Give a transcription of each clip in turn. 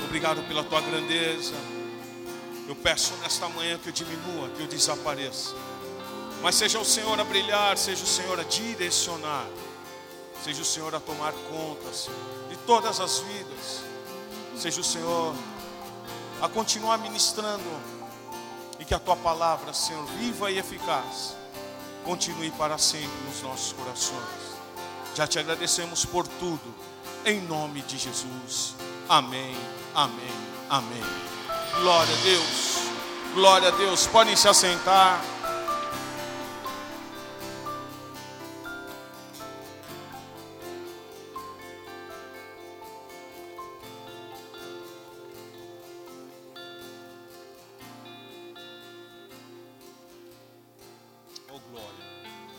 Obrigado pela tua grandeza. Eu peço nesta manhã que eu diminua, que eu desapareça. Mas seja o Senhor a brilhar, seja o Senhor a direcionar. Seja o Senhor a tomar conta, Senhor, de todas as vidas. Seja o Senhor a continuar ministrando. E que a tua palavra, Senhor, viva e eficaz, continue para sempre nos nossos corações. Já te agradecemos por tudo, em nome de Jesus. Amém, amém, amém. Glória a Deus, glória a Deus. Podem se assentar. Oh, glória.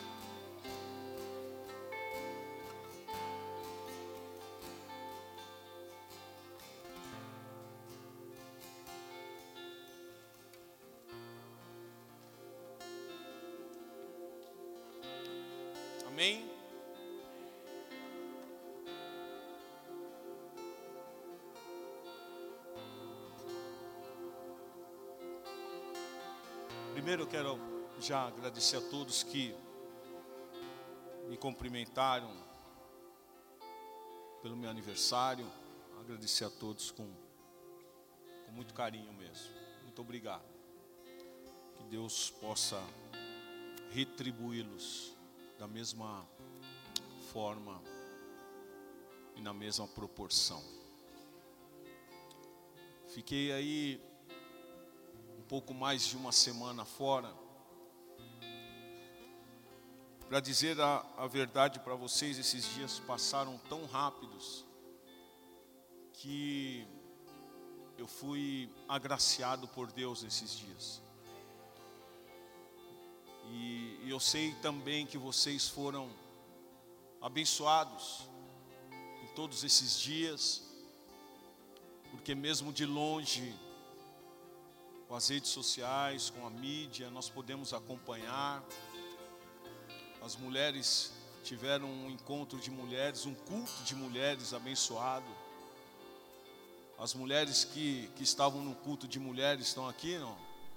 Amém? Primeiro eu quero já agradecer a todos que me cumprimentaram pelo meu aniversário. Agradecer a todos com muito carinho mesmo. Muito obrigado. Que Deus possa retribuí-los da mesma forma e na mesma proporção. Fiquei aí um pouco mais de uma semana fora. Para dizer a verdade para vocês, esses dias passaram tão rápidos que eu fui agraciado por Deus nesses dias. E eu sei também que vocês foram abençoados em todos esses dias, porque mesmo de longe, com as redes sociais, com a mídia, nós podemos acompanhar. As mulheres tiveram um encontro de mulheres, um culto de mulheres abençoado. As mulheres que estavam no culto de mulheres estão aqui, não?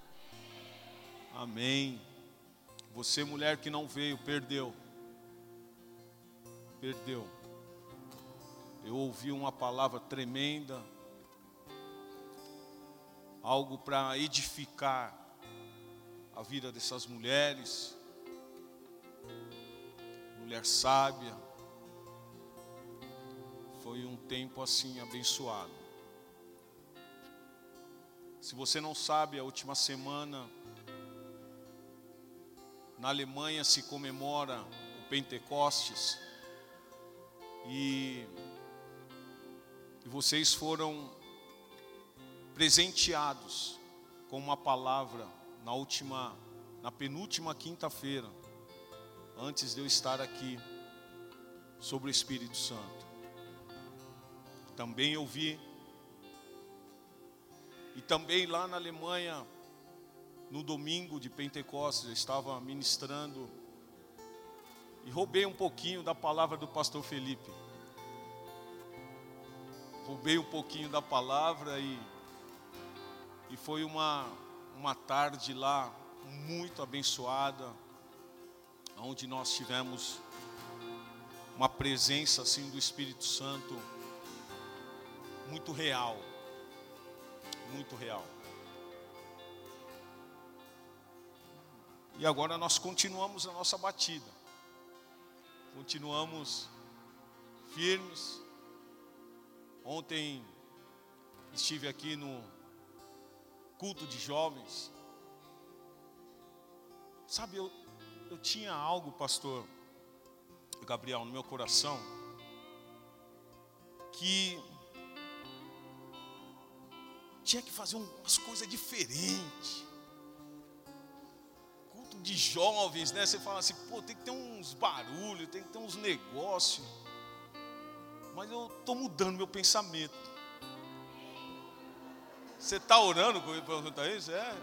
Amém. Você, mulher que não veio, perdeu. Perdeu. Eu ouvi uma palavra tremenda, algo para edificar a vida dessas mulheres. Mulher sábia. Foi um tempo assim abençoado. Se você não sabe, a última semana na Alemanha se comemora o Pentecostes e vocês foram presenteados com uma palavra na penúltima quinta-feira, antes de eu estar aqui, sobre o Espírito Santo. Também eu vi, e também lá na Alemanha, no domingo de Pentecostes, eu estava ministrando e roubei um pouquinho da palavra do pastor Felipe. Roubei um pouquinho da palavra e foi uma tarde lá muito abençoada, onde nós tivemos uma presença assim do Espírito Santo muito real, muito real. E agora nós continuamos a nossa batida, continuamos firmes. Ontem estive aqui no culto de jovens. Sabe, eu tinha algo, pastor Gabriel, no meu coração, que tinha que fazer umas coisas diferentes. Culto de jovens, né? Você fala assim, pô, tem que ter uns barulhos, tem que ter uns negócios. Mas eu estou mudando meu pensamento. Você está orando quanto a isso? É?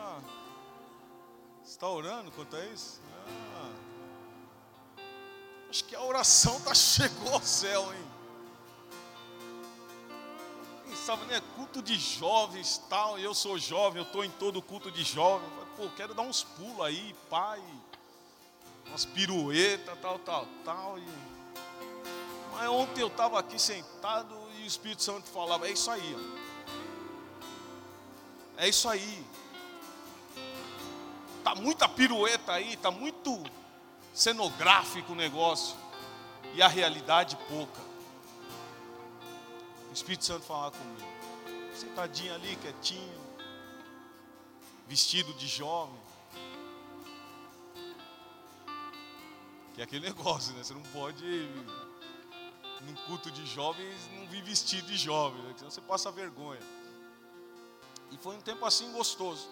Você está orando quanto a isso? Acho que a oração chegou ao céu, hein? sabe, né? Culto de jovens, tal. E eu sou jovem, eu estou em todo culto de jovem. Eu falei, pô, quero dar uns pulos aí, pai. Umas piruetas, tal. Mas ontem eu estava aqui sentado e o Espírito Santo falava, é isso aí, ó. É isso aí. Tá muita pirueta aí, tá muito cenográfico o negócio. E a realidade pouca. O Espírito Santo falava comigo. Sentadinho ali, quietinho. Vestido de jovem. Que é aquele negócio, né? Você não pode, num culto de jovens, não vir vestido de jovem, né? Senão você passa vergonha. E foi um tempo assim gostoso.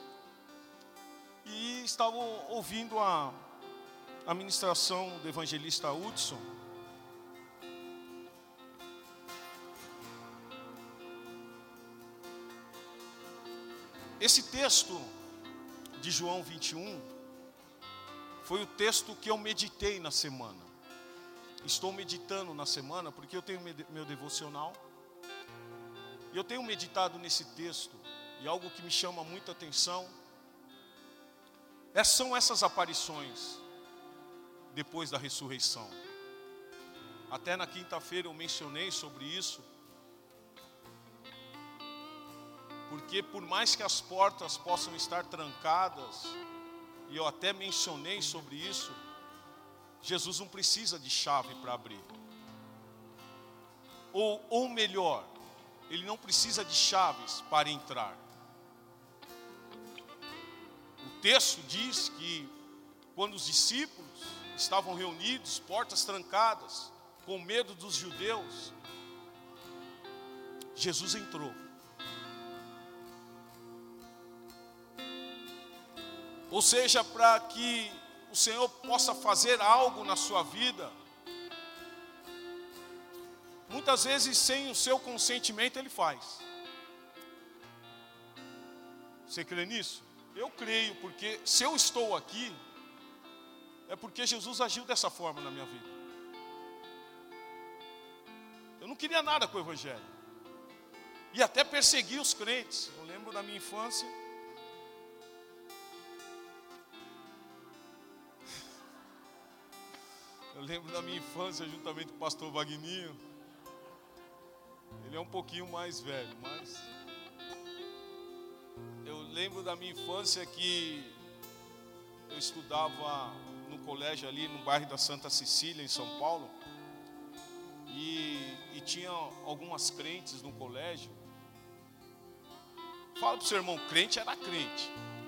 E estava ouvindo a ministração do evangelista Hudson. Esse texto de João 21 foi o texto que eu meditei na semana. Estou meditando na semana porque eu tenho meu devocional. E eu tenho meditado nesse texto. E algo que me chama muita atenção são essas aparições depois da ressurreição. Até na quinta-feira eu mencionei sobre isso. Porque por mais que as portas possam estar trancadas, e eu até mencionei sobre isso, Jesus não precisa de chave para abrir. Ou melhor, ele não precisa de chaves para entrar. O texto diz que quando os discípulos estavam reunidos, portas trancadas, com medo dos judeus, Jesus entrou. Ou seja, para que o Senhor possa fazer algo na sua vida, muitas vezes sem o seu consentimento Ele faz. Você crê nisso? Eu creio, porque se eu estou aqui, é porque Jesus agiu dessa forma na minha vida. Eu não queria nada com o Evangelho. E até persegui os crentes. Eu lembro da minha infância. Eu lembro da minha infância juntamente com o pastor Vagninho. Ele é um pouquinho mais velho, mas eu lembro da minha infância que eu estudava no colégio ali no bairro da Santa Cecília, em São Paulo. E tinha algumas crentes no colégio. Fala pro seu irmão, crente era crente.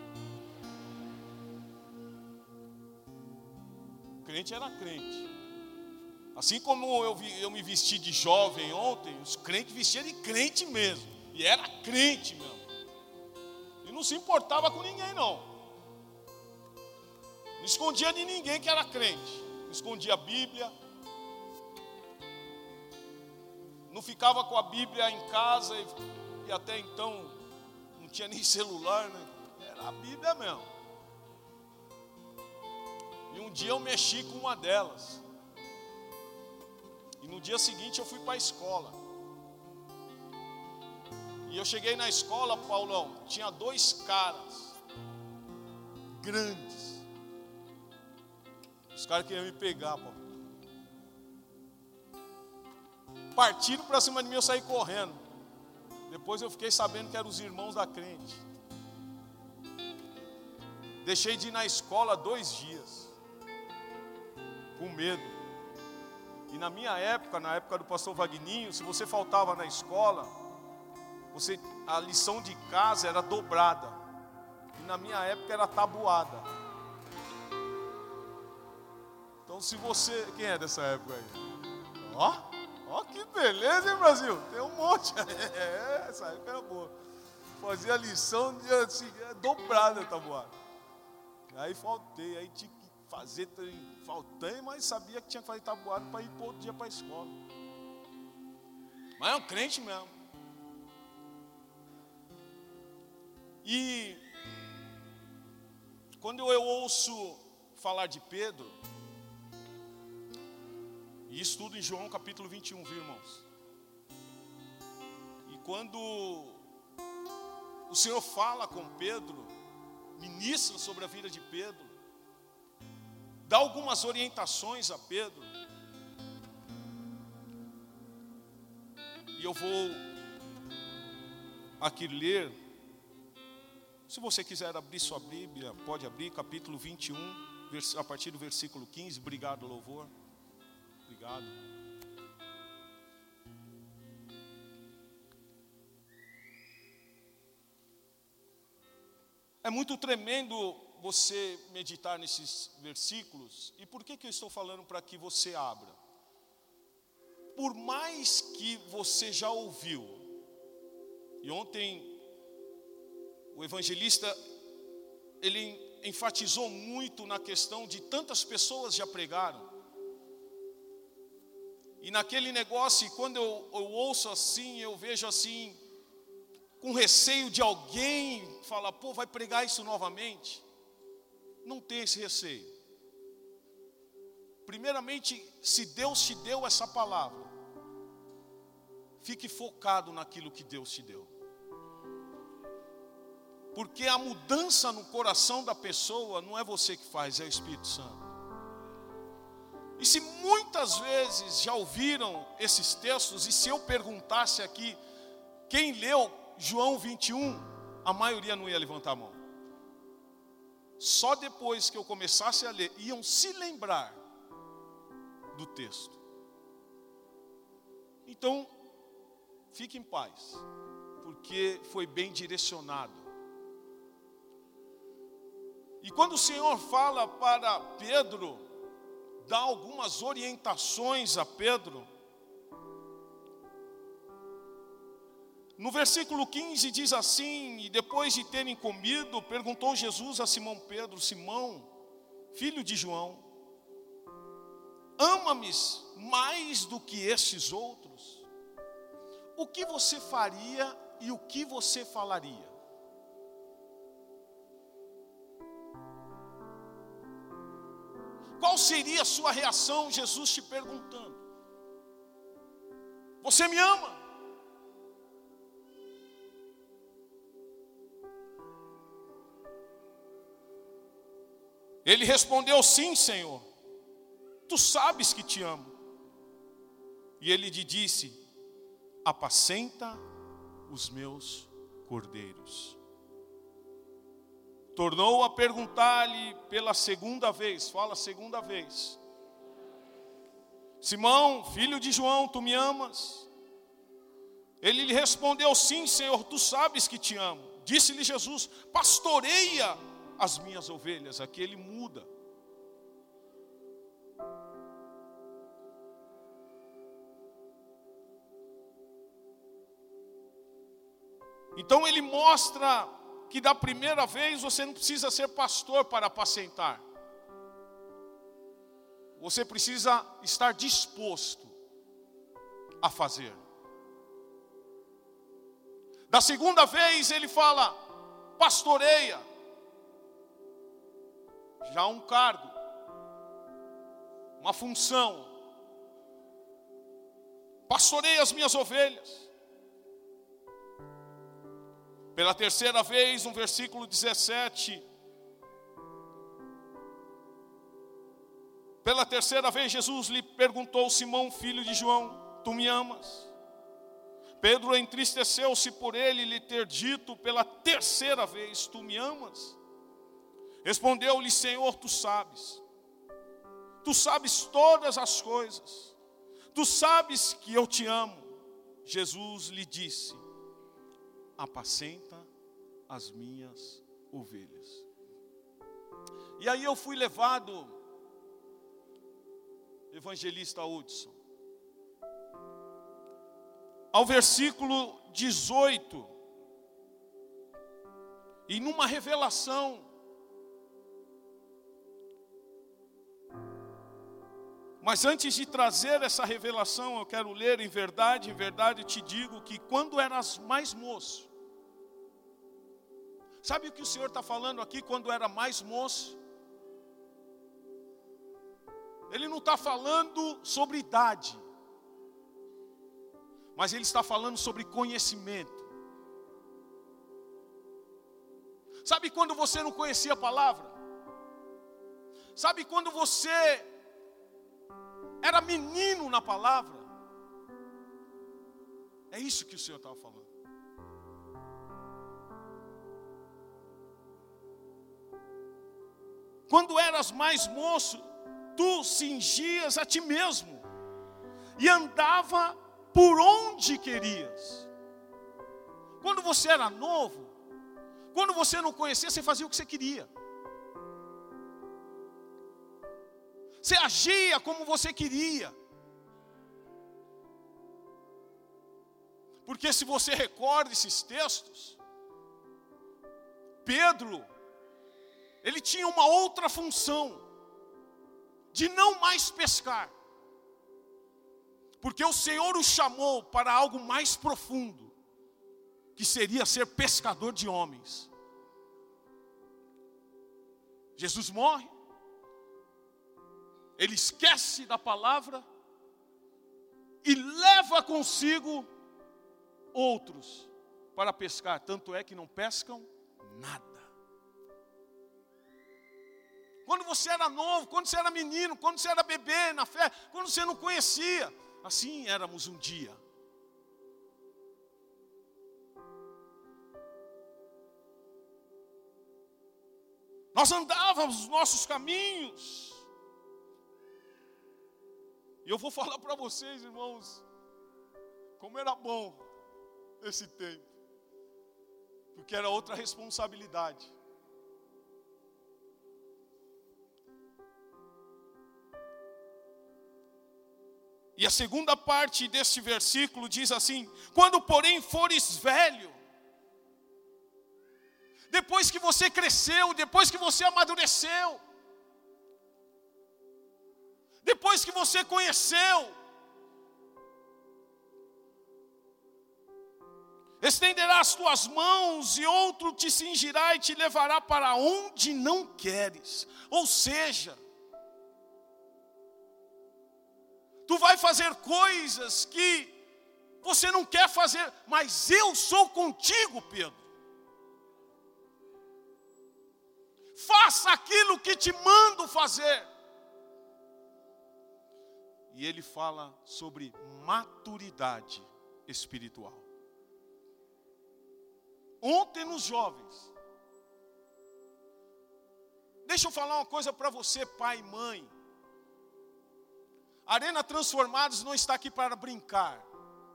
Crente era crente. Assim como eu me vesti de jovem ontem, os crentes vestiam de crente mesmo. E era crente mesmo. E não se importava com ninguém não. Não escondia de ninguém que era crente. Não escondia a Bíblia. Não ficava com a Bíblia em casa e até então não tinha nem celular, né? Era a Bíblia mesmo. E um dia eu mexi com uma delas. E no dia seguinte eu fui para a escola. E eu cheguei na escola, Paulão, tinha 2 caras grandes. Os caras queriam me pegar, Paulo. Partiram para cima de mim, eu saí correndo. Depois eu fiquei sabendo que eram os irmãos da crente. Deixei de ir na escola 2 dias. Com medo. E na minha época, na época do pastor Vagninho, se você faltava na escola, a lição de casa era dobrada. E na minha época era tabuada. Então se você... Quem é dessa época aí? Ó que beleza, hein, Brasil? Tem um monte. Essa época era boa. Fazia a lição de assim, dobrada tabuada. Aí faltei, aí tinha que fazer, faltei, mas sabia que tinha que fazer tabuado para ir para outro dia para a escola. Mas é um crente mesmo. E quando eu ouço falar de Pedro, e estudo em João capítulo 21, viu, irmãos? E quando o Senhor fala com Pedro, ministra sobre a vida de Pedro, dá algumas orientações a Pedro, e eu vou aqui ler. Se você quiser abrir sua Bíblia, pode abrir, capítulo 21, a partir do versículo 15. Obrigado, louvor. Obrigado. É muito tremendo você meditar nesses versículos. E por que eu estou falando para que você abra? Por mais que você já ouviu, e ontem o evangelista, ele enfatizou muito na questão de tantas pessoas já pregaram. E naquele negócio, quando eu ouço assim, eu vejo assim, com receio de alguém falar, pô, vai pregar isso novamente. Não tem esse receio. Primeiramente, se Deus te deu essa palavra, fique focado naquilo que Deus te deu. Porque a mudança no coração da pessoa não é você que faz, é o Espírito Santo. E se muitas vezes já ouviram esses textos, e se eu perguntasse aqui, quem leu João 21, a maioria não ia levantar a mão. Só depois que eu começasse a ler, iam se lembrar do texto. Então, fique em paz, porque foi bem direcionado. E quando o Senhor fala para Pedro, dá algumas orientações a Pedro. No versículo 15 diz assim: e depois de terem comido, perguntou Jesus a Simão Pedro: Simão, filho de João, ama-me mais do que estes outros? O que você faria e o que você falaria? Qual seria a sua reação, Jesus te perguntando? Você me ama? Ele respondeu: sim, Senhor, tu sabes que te amo. E ele lhe disse: apacenta os meus cordeiros. Tornou a perguntar-lhe pela segunda vez, fala segunda vez: Simão, filho de João, tu me amas? Ele lhe respondeu: sim, Senhor, tu sabes que te amo. Disse-lhe Jesus: pastoreia as minhas ovelhas. Aqui ele muda. Então ele mostra que da primeira vez você não precisa ser pastor para apacentar. Você precisa estar disposto a fazer. Da segunda vez ele fala: pastoreia. Já um cargo, uma função. Pastoreia as minhas ovelhas. Pela terceira vez, no versículo 17. Pela terceira vez, Jesus lhe perguntou: Simão, filho de João, tu me amas? Pedro entristeceu-se por ele lhe ter dito pela terceira vez: tu me amas? Respondeu-lhe: Senhor, tu sabes todas as coisas, tu sabes que eu te amo. Jesus lhe disse: apacenta as minhas ovelhas. E aí eu fui levado, evangelista Hudson, ao versículo 18, e numa revelação. Mas antes de trazer essa revelação, eu quero ler: em verdade te digo que quando eras mais moço. Sabe o que o Senhor está falando aqui, quando era mais moço? Ele não está falando sobre idade. Mas ele está falando sobre conhecimento. Sabe quando você não conhecia a palavra? Sabe quando você era menino na palavra? É isso que o Senhor estava falando. Quando eras mais moço, tu cingias a ti mesmo e andava por onde querias. Quando você era novo, quando você não conhecia, você fazia o que você queria. Você agia como você queria. Porque se você recorda esses textos, Pedro, ele tinha uma outra função, de não mais pescar. Porque o Senhor o chamou para algo mais profundo, que seria ser pescador de homens. Jesus morre, ele esquece da palavra e leva consigo outros para pescar. Tanto é que não pescam nada. Quando você era novo, quando você era menino, quando você era bebê na fé, quando você não conhecia, assim éramos um dia. Nós andávamos os nossos caminhos. E eu vou falar para vocês, irmãos, como era bom esse tempo. Porque era outra responsabilidade. E a segunda parte deste versículo diz assim: quando porém fores velho, depois que você cresceu, depois que você amadureceu, depois que você conheceu, estenderá as tuas mãos e outro te cingirá e te levará para onde não queres. Ou seja, tu vai fazer coisas que você não quer fazer, mas eu sou contigo, Pedro. Faça aquilo que te mando fazer. E ele fala sobre maturidade espiritual. Ontem nos jovens, deixa eu falar uma coisa para você, pai e mãe. Arena Transformados não está aqui para brincar.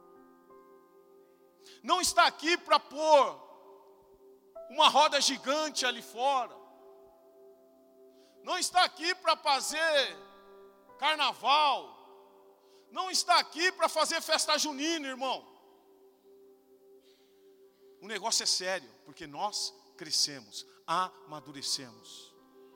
Não está aqui para pôr uma roda gigante ali fora. Não está aqui para fazer carnaval. Não está aqui para fazer festa junina, irmão. O negócio é sério, porque nós crescemos, amadurecemos.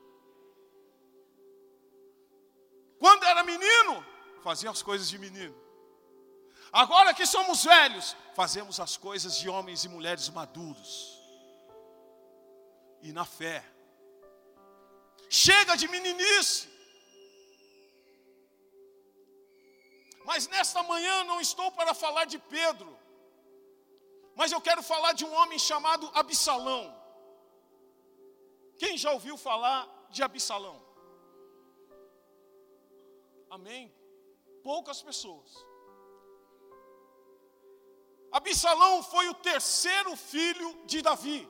Quando era menino, fazia as coisas de menino. Agora que somos velhos, fazemos as coisas de homens e mulheres maduros. E na fé. Chega de meninice. Mas nesta manhã não estou para falar de Pedro. Mas eu quero falar de um homem chamado Absalão. Quem já ouviu falar de Absalão? Amém? Poucas pessoas. Absalão foi o terceiro filho de Davi.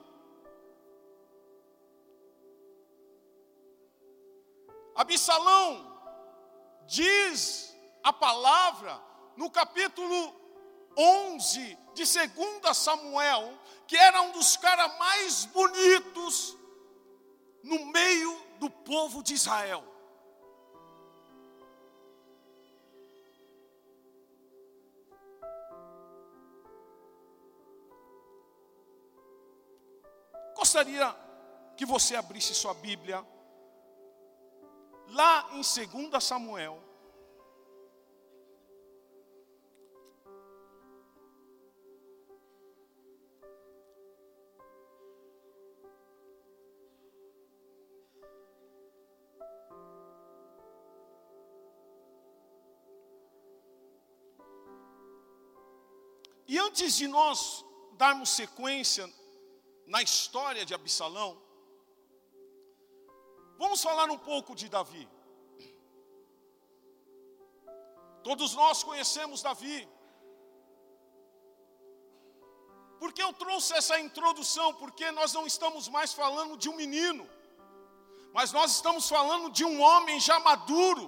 Absalão, diz a palavra no capítulo 11 de 2 Samuel, que era um dos caras mais bonitos no meio do povo de Israel. Gostaria que você abrisse sua Bíblia lá em 2 Samuel. E antes de nós darmos sequência na história de Absalão, vamos falar um pouco de Davi. Todos nós conhecemos Davi. Por que eu trouxe essa introdução? Porque nós não estamos mais falando de um menino, mas nós estamos falando de um homem já maduro.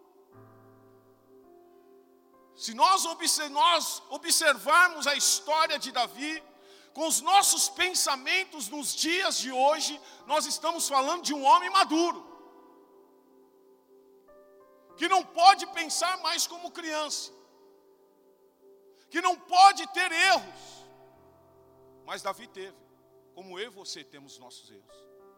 Se nós observarmos a história de Davi, com os nossos pensamentos nos dias de hoje, nós estamos falando de um homem maduro, que não pode pensar mais como criança, que não pode ter erros. Mas Davi teve, como eu e você temos nossos erros.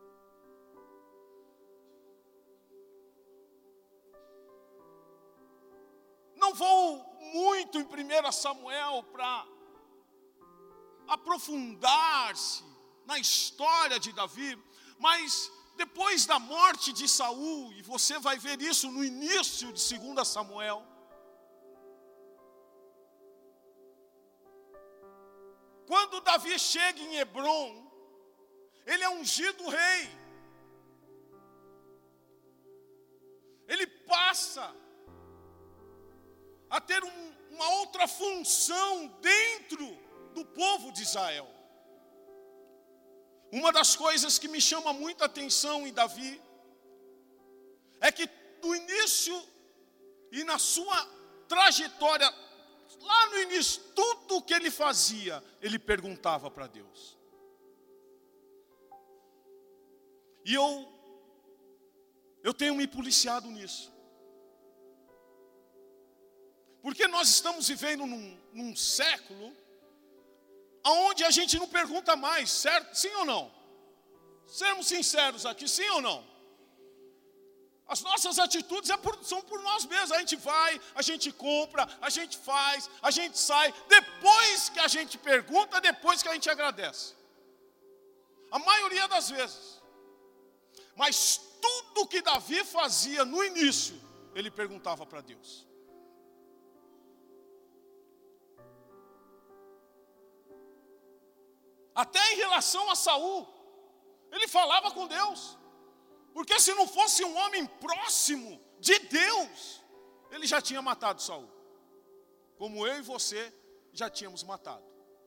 Não vou muito em 1 Samuel para aprofundar-se na história de Davi, mas depois da morte de Saul, e você vai ver isso no início de 2 Samuel, quando Davi chega em Hebrom, ele é ungido rei. Ele passa a ter uma outra função dentro do povo de Israel. Uma das coisas que me chama muita atenção em Davi é que no início e na sua trajetória, lá no início, tudo o que ele fazia, ele perguntava para Deus. E eu tenho me policiado nisso. Porque nós estamos vivendo num século onde a gente não pergunta mais, certo? Sim ou não? Sermos sinceros aqui, sim ou não? As nossas atitudes são por nós mesmos. A gente vai, a gente compra, a gente faz, a gente sai. Depois que a gente pergunta, depois que a gente agradece. A maioria das vezes. Mas tudo que Davi fazia no início, ele perguntava para Deus. Até em relação a Saul, ele falava com Deus. Porque se não fosse um homem próximo de Deus, ele já tinha matado Saul. Como eu e você já tínhamos matado.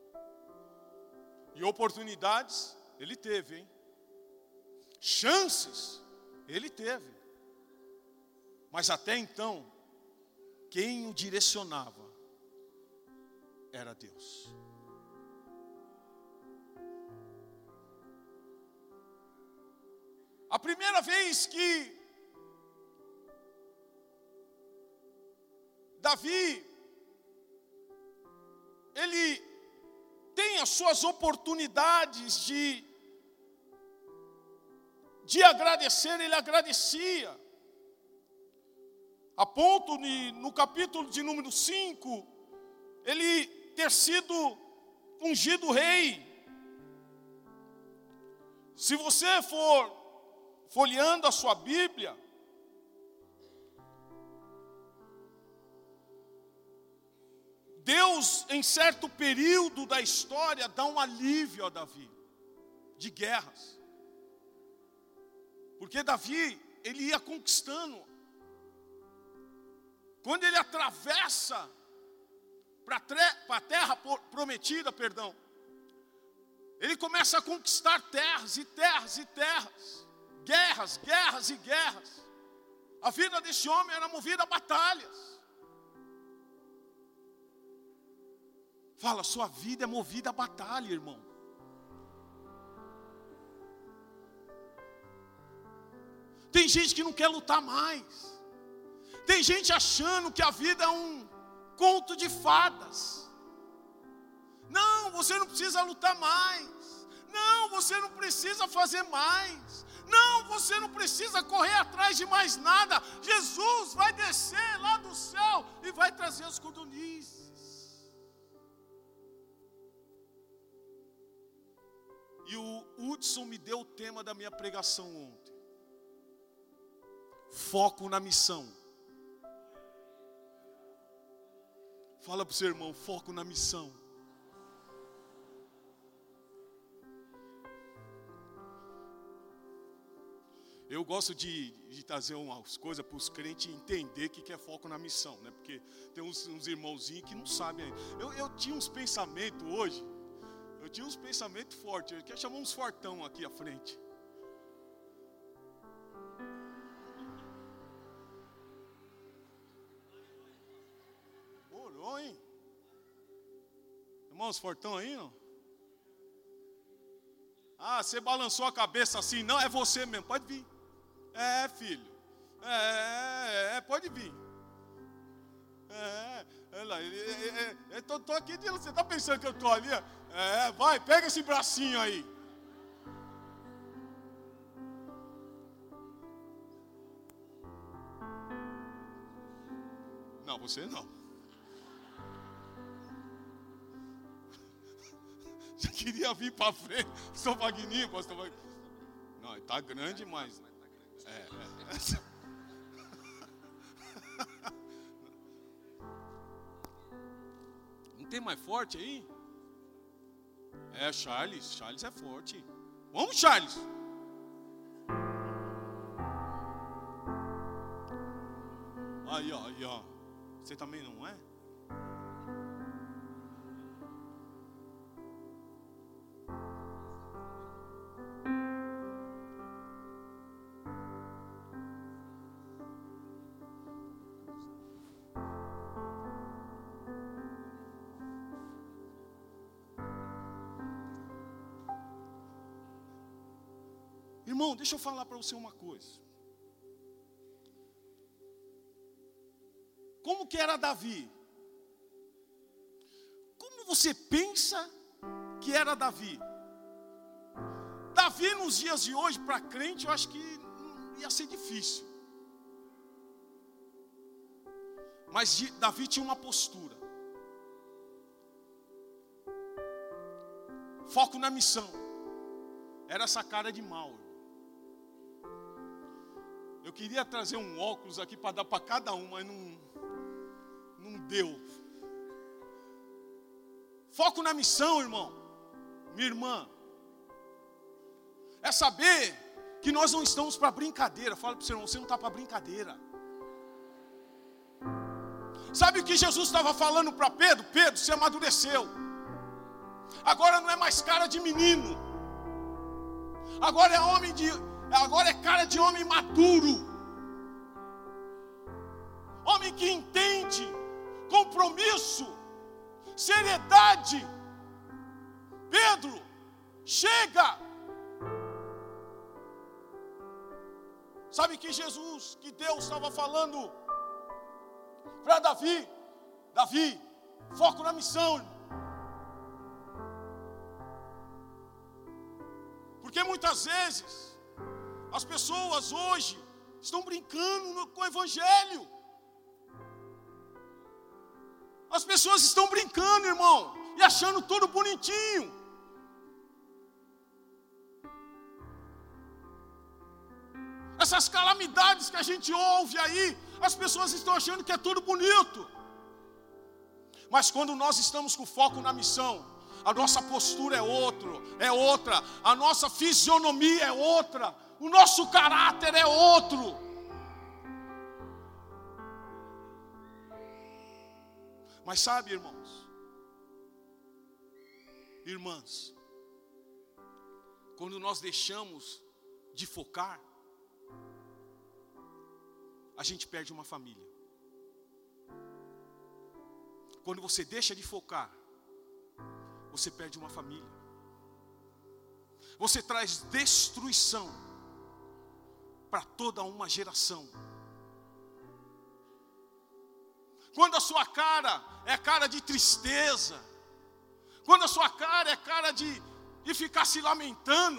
E oportunidades, ele teve, hein? Chances, ele teve. Mas até então, quem o direcionava era Deus. A primeira vez que Davi, ele tem as suas oportunidades de agradecer, ele agradecia. A ponto de, no capítulo de número 5, ele ter sido ungido rei. Se você for folheando a sua Bíblia, Deus, em certo período da história, dá um alívio a Davi, de guerras. Porque Davi, ele ia conquistando. Quando ele atravessa para a terra prometida, ele começa a conquistar terras e terras e terras. Guerras, guerras e guerras. A vida desse homem era movida a batalhas. Fala, sua vida é movida a batalha, irmão. Tem gente que não quer lutar mais. Tem gente achando que a vida é um conto de fadas. Não, você não precisa lutar mais. Não, você não precisa fazer mais. Não, você não precisa correr atrás de mais nada. Jesus vai descer lá do céu e vai trazer as codornizes. E o Hudson me deu o tema da minha pregação ontem. Foco na missão. Fala para o seu irmão, foco na missão. Eu gosto de trazer umas coisas para os crentes entender o que é foco na missão, né? Porque tem uns irmãozinhos que não sabem ainda. Eu tinha uns pensamentos hoje, fortes. Eu quero chamar uns fortão aqui à frente. Orou, hein? Irmãos, fortão aí, não? Ah, você balançou a cabeça assim? Não, é você mesmo, pode vir. É, filho. Pode vir. Tô aqui, você tá pensando que eu tô ali? Vai, pega esse bracinho aí. Não, você não. Já queria vir para frente. Pastor Vagninho, pastor Vagninho. Não, tá grande, mas... Não tem mais forte aí? Charles é forte. Vamos, Charles. Aí, ó. Você também não é? Irmão, deixa eu falar para você uma coisa. Como que era Davi? Como você pensa que era Davi? Davi nos dias de hoje, para crente, eu acho que ia ser difícil. Mas Davi tinha uma postura. Foco na missão. Era essa cara de mal. Eu queria trazer um óculos aqui para dar para cada um, mas não deu. Foco na missão, irmão. Minha irmã. É saber que nós não estamos para brincadeira. Fala para o seu irmão, você não está para brincadeira. Sabe o que Jesus estava falando para Pedro? Pedro, você amadureceu. Agora não é mais cara de menino. Agora é cara de homem maduro. Homem que entende compromisso, seriedade. Pedro, chega. Sabe que Deus estava falando para Davi, foco na missão, irmão. Porque muitas vezes as pessoas hoje estão brincando com o evangelho. As pessoas estão brincando, irmão, e achando tudo bonitinho. Essas calamidades que a gente ouve aí, as pessoas estão achando que é tudo bonito. Mas quando nós estamos com foco na missão, a nossa postura é outra, a nossa fisionomia é outra, o nosso caráter é outro. Mas sabe, irmãos, irmãs, quando nós deixamos de focar, a gente perde uma família. Quando você deixa de focar, você perde uma família. Você traz destruição para toda uma geração. Quando a sua cara é cara de tristeza, quando a sua cara é cara de ficar se lamentando,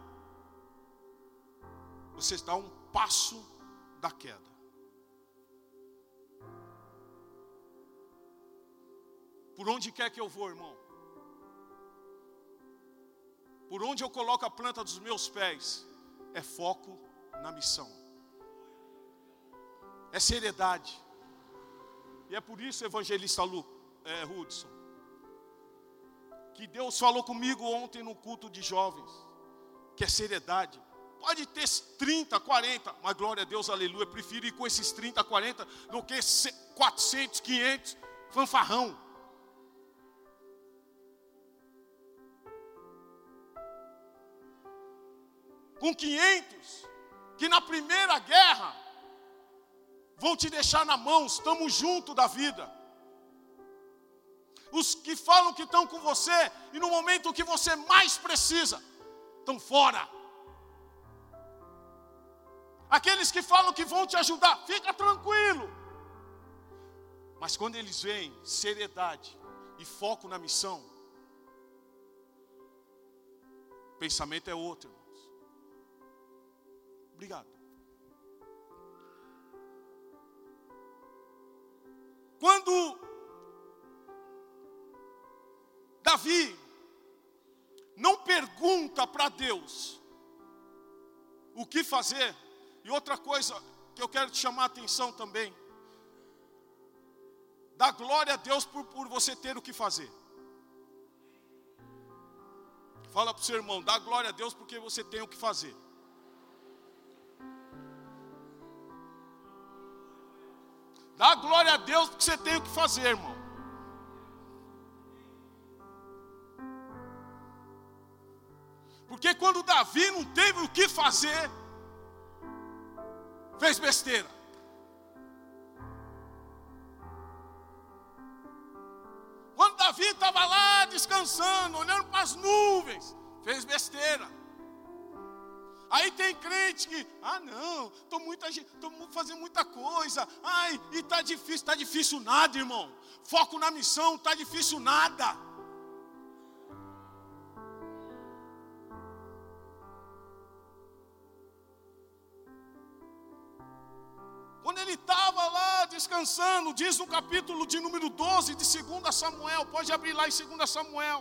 você está a um passo da queda. Por onde quer que eu vou, irmão? Por onde eu coloco a planta dos meus pés, é foco na missão. É seriedade. E é por isso, evangelista Hudson, que Deus falou comigo ontem no culto de jovens, que é seriedade. Pode ter 30, 40, mas glória a Deus, aleluia, prefiro ir com esses 30, 40 do que 400, 500, fanfarrão. Com 500, que na primeira guerra vão te deixar na mão, estamos juntos da vida. Os que falam que estão com você e no momento que você mais precisa, estão fora. Aqueles que falam que vão te ajudar, fica tranquilo. Mas quando eles veem seriedade e foco na missão, o pensamento é outro, irmãos. Obrigado. Quando Davi não pergunta para Deus o que fazer, e outra coisa que eu quero te chamar a atenção também, dá glória a Deus por você ter o que fazer. Fala para o seu irmão, dá glória a Deus porque você tem o que fazer. Dá glória a Deus porque você tem o que fazer, irmão. Porque quando Davi não teve o que fazer, fez besteira. Quando Davi estava lá descansando, olhando para as nuvens, fez besteira. Aí tem crente que, não, estou fazendo muita coisa, e está difícil nada, irmão. Foco na missão, está difícil nada. Quando ele estava lá descansando, diz no capítulo de número 12 de 2 Samuel, pode abrir lá em 2 Samuel.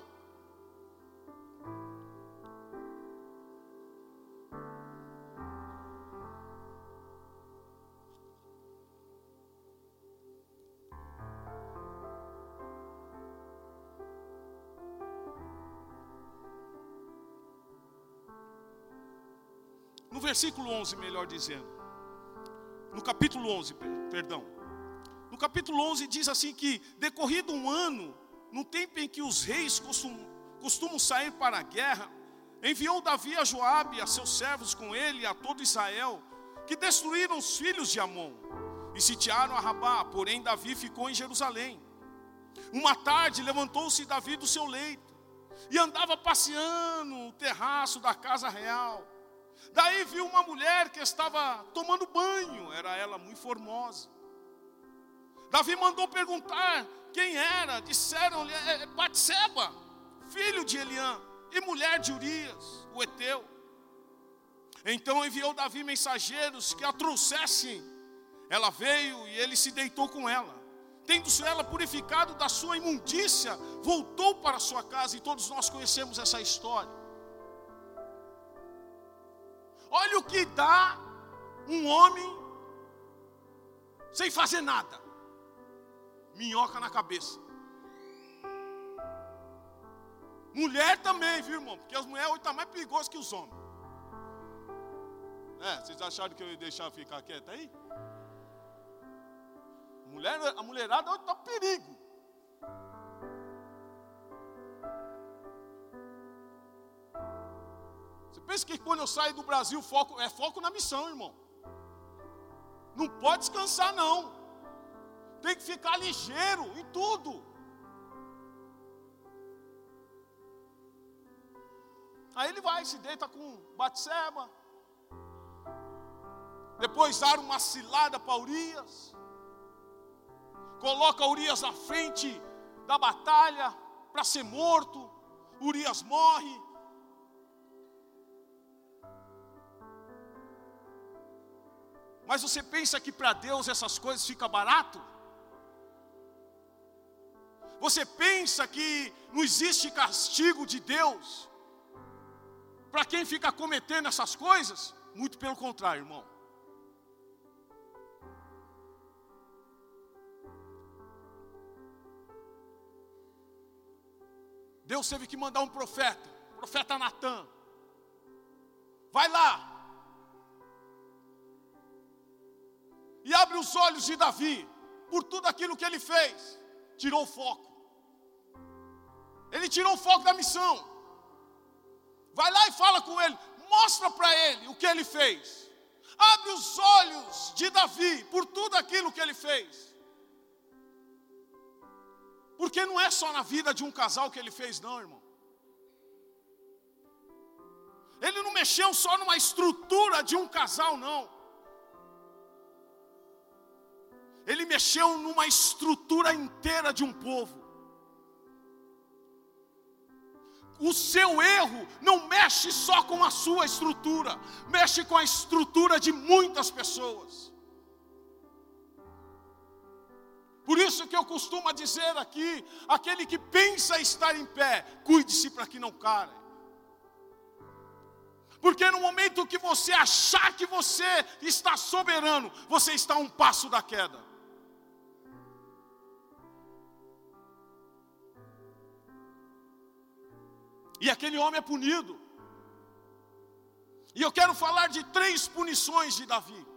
No versículo 11, melhor dizendo. No capítulo 11, perdão. No capítulo 11 diz assim que, decorrido um ano, no tempo em que os reis costumam sair para a guerra, enviou Davi a Joabe e a seus servos com ele e a todo Israel, que destruíram os filhos de Amon e sitiaram a Rabá, porém Davi ficou em Jerusalém. Uma tarde levantou-se Davi do seu leito e andava passeando no terraço da casa real. Daí viu uma mulher que estava tomando banho, era ela muito formosa. Davi mandou perguntar quem era, disseram-lhe, Batseba, filho de Eliã, e mulher de Urias, o heteu. Então enviou Davi mensageiros que a trouxessem. Ela veio e ele se deitou com ela. Tendo-se ela purificado da sua imundícia, voltou para sua casa, e todos nós conhecemos essa história. Olha o que dá um homem sem fazer nada. Minhoca na cabeça. Mulher também, viu, irmão? Porque as mulheres hoje estão mais perigosas que os homens. Vocês acharam que eu ia deixar ficar quieta aí? A mulherada hoje está um perigo. Você pensa que quando eu saio do Brasil, foco na missão, irmão. Não pode descansar, não. Tem que ficar ligeiro em tudo. Aí ele vai, se deita com Batseba. Depois arma uma cilada para Urias. Coloca Urias na frente da batalha para ser morto. Urias morre. Mas você pensa que para Deus essas coisas ficam barato? Você pensa que não existe castigo de Deus para quem fica cometendo essas coisas? Muito pelo contrário, irmão. Deus teve que mandar um profeta, o profeta Natã. Vai lá, e abre os olhos de Davi, por tudo aquilo que ele fez, tirou o foco. Ele tirou o foco da missão. Vai lá e fala com ele, mostra para ele o que ele fez. Abre os olhos de Davi por tudo aquilo que ele fez. Porque não é só na vida de um casal que ele fez, não, irmão. Ele não mexeu só numa estrutura de um casal, não. Ele mexeu numa estrutura inteira de um povo. O seu erro não mexe só com a sua estrutura, mexe com a estrutura de muitas pessoas. Por isso que eu costumo dizer aqui, aquele que pensa estar em pé, cuide-se para que não caia. Porque no momento que você achar que você está soberano, você está a um passo da queda. E aquele homem é punido. E eu quero falar de 3 punições de Davi,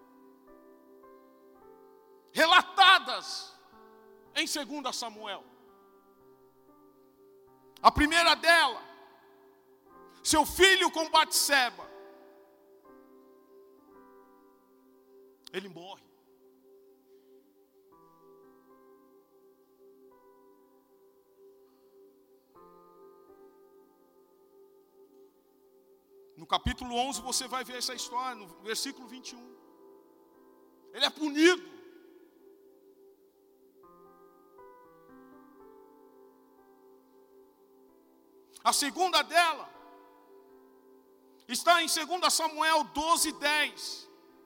relatadas em 2 Samuel. A primeira dela, seu filho com Batseba, ele morre. No capítulo 11 você vai ver essa história, no versículo 21. Ele é punido. A segunda dela está em 2 Samuel 12:10.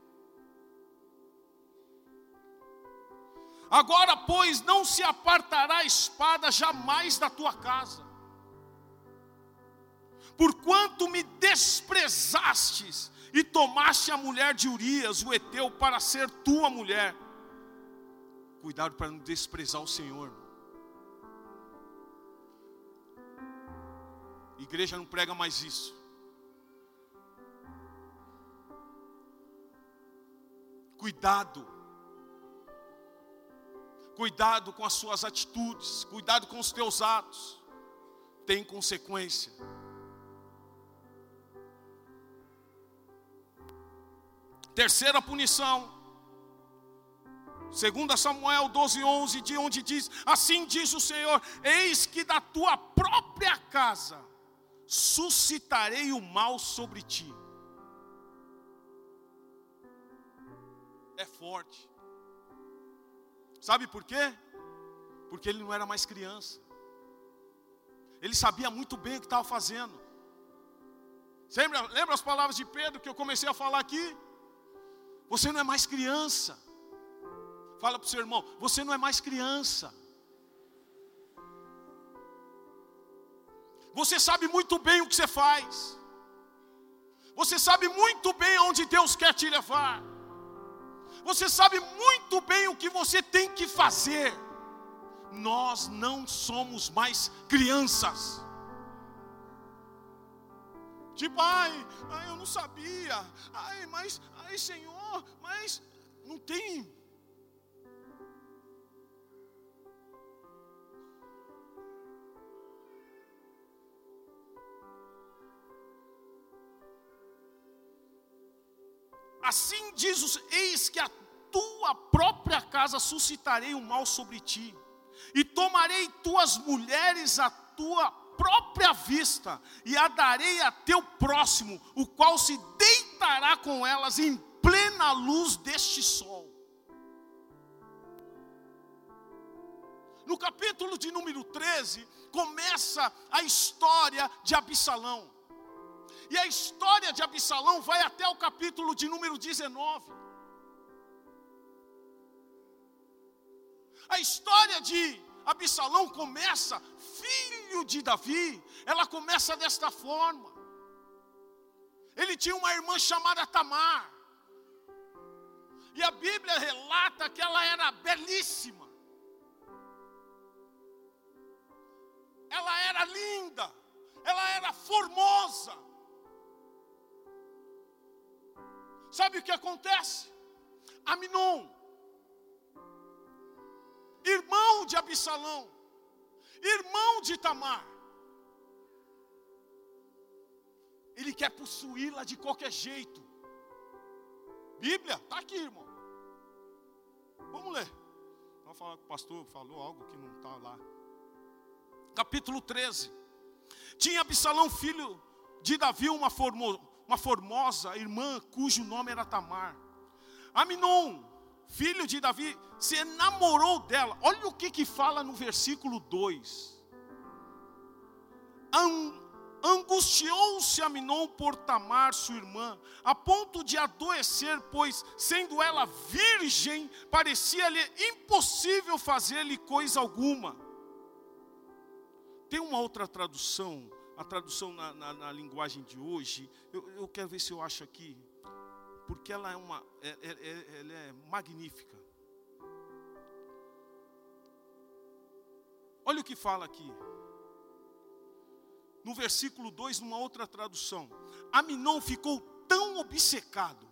Agora, pois, não se apartará a espada jamais da tua casa, porquanto me desprezastes e tomaste a mulher de Urias, o heteu, para ser tua mulher. Cuidado para não desprezar o Senhor. Igreja não prega mais isso. Cuidado. Cuidado com as suas atitudes. Cuidado com os teus atos. Tem consequência. Terceira punição. 2 Samuel 12:11, de onde diz: assim diz o Senhor, eis que da tua própria casa suscitarei o mal sobre ti. É forte. Sabe por quê? Porque ele não era mais criança. Ele sabia muito bem o que estava fazendo. Lembra as palavras de Pedro que eu comecei a falar aqui? Você não é mais criança. Fala para o seu irmão, você não é mais criança. Você sabe muito bem o que você faz. Você sabe muito bem aonde Deus quer te levar. Você sabe muito bem o que você tem que fazer. Nós não somos mais crianças. Tipo, eu não sabia. Senhor, mas não tem. Assim diz eis que a tua própria casa suscitarei o mal sobre ti, e tomarei tuas mulheres à tua própria vista, e a darei a teu próximo, o qual se deitará com elas em plena luz deste sol. No capítulo de número 13, começa a história de Absalão. E a história de Absalão vai até o capítulo de número 19. A história de Absalão começa, filho de Davi, ela começa desta forma. Ele tinha uma irmã chamada Tamar. E a Bíblia relata que ela era belíssima. Ela era linda. Ela era formosa. Sabe o que acontece? Aminon, irmão de Absalão, irmão de Tamar. Ele quer possuí-la de qualquer jeito. Bíblia, está aqui, irmão. Vamos ler. Vamos falar que o pastor falou algo que não está lá. Capítulo 13. Tinha Absalão, filho de Davi, uma formosa irmã, cujo nome era Tamar. Aminon, filho de Davi, se enamorou dela. Olha o que fala no versículo 2. Angustiou-se Aminon por Tamar, sua irmã, a ponto de adoecer, pois, sendo ela virgem, parecia-lhe impossível fazer-lhe coisa alguma. Tem uma outra tradução, a tradução na linguagem de hoje, eu quero ver se eu acho aqui, porque ela é magnífica. Olha o que fala aqui. No versículo 2, numa outra tradução. Aminon ficou tão obcecado.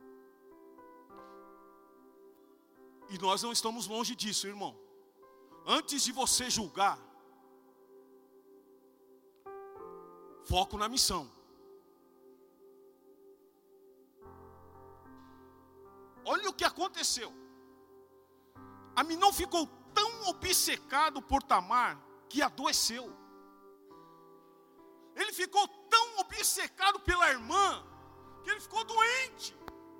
E nós não estamos longe disso, irmão. Antes de você julgar, foco na missão. Olha o que aconteceu. Aminon ficou tão obcecado por Tamar que adoeceu. Ele ficou tão obcecado pela irmã que ele ficou doente.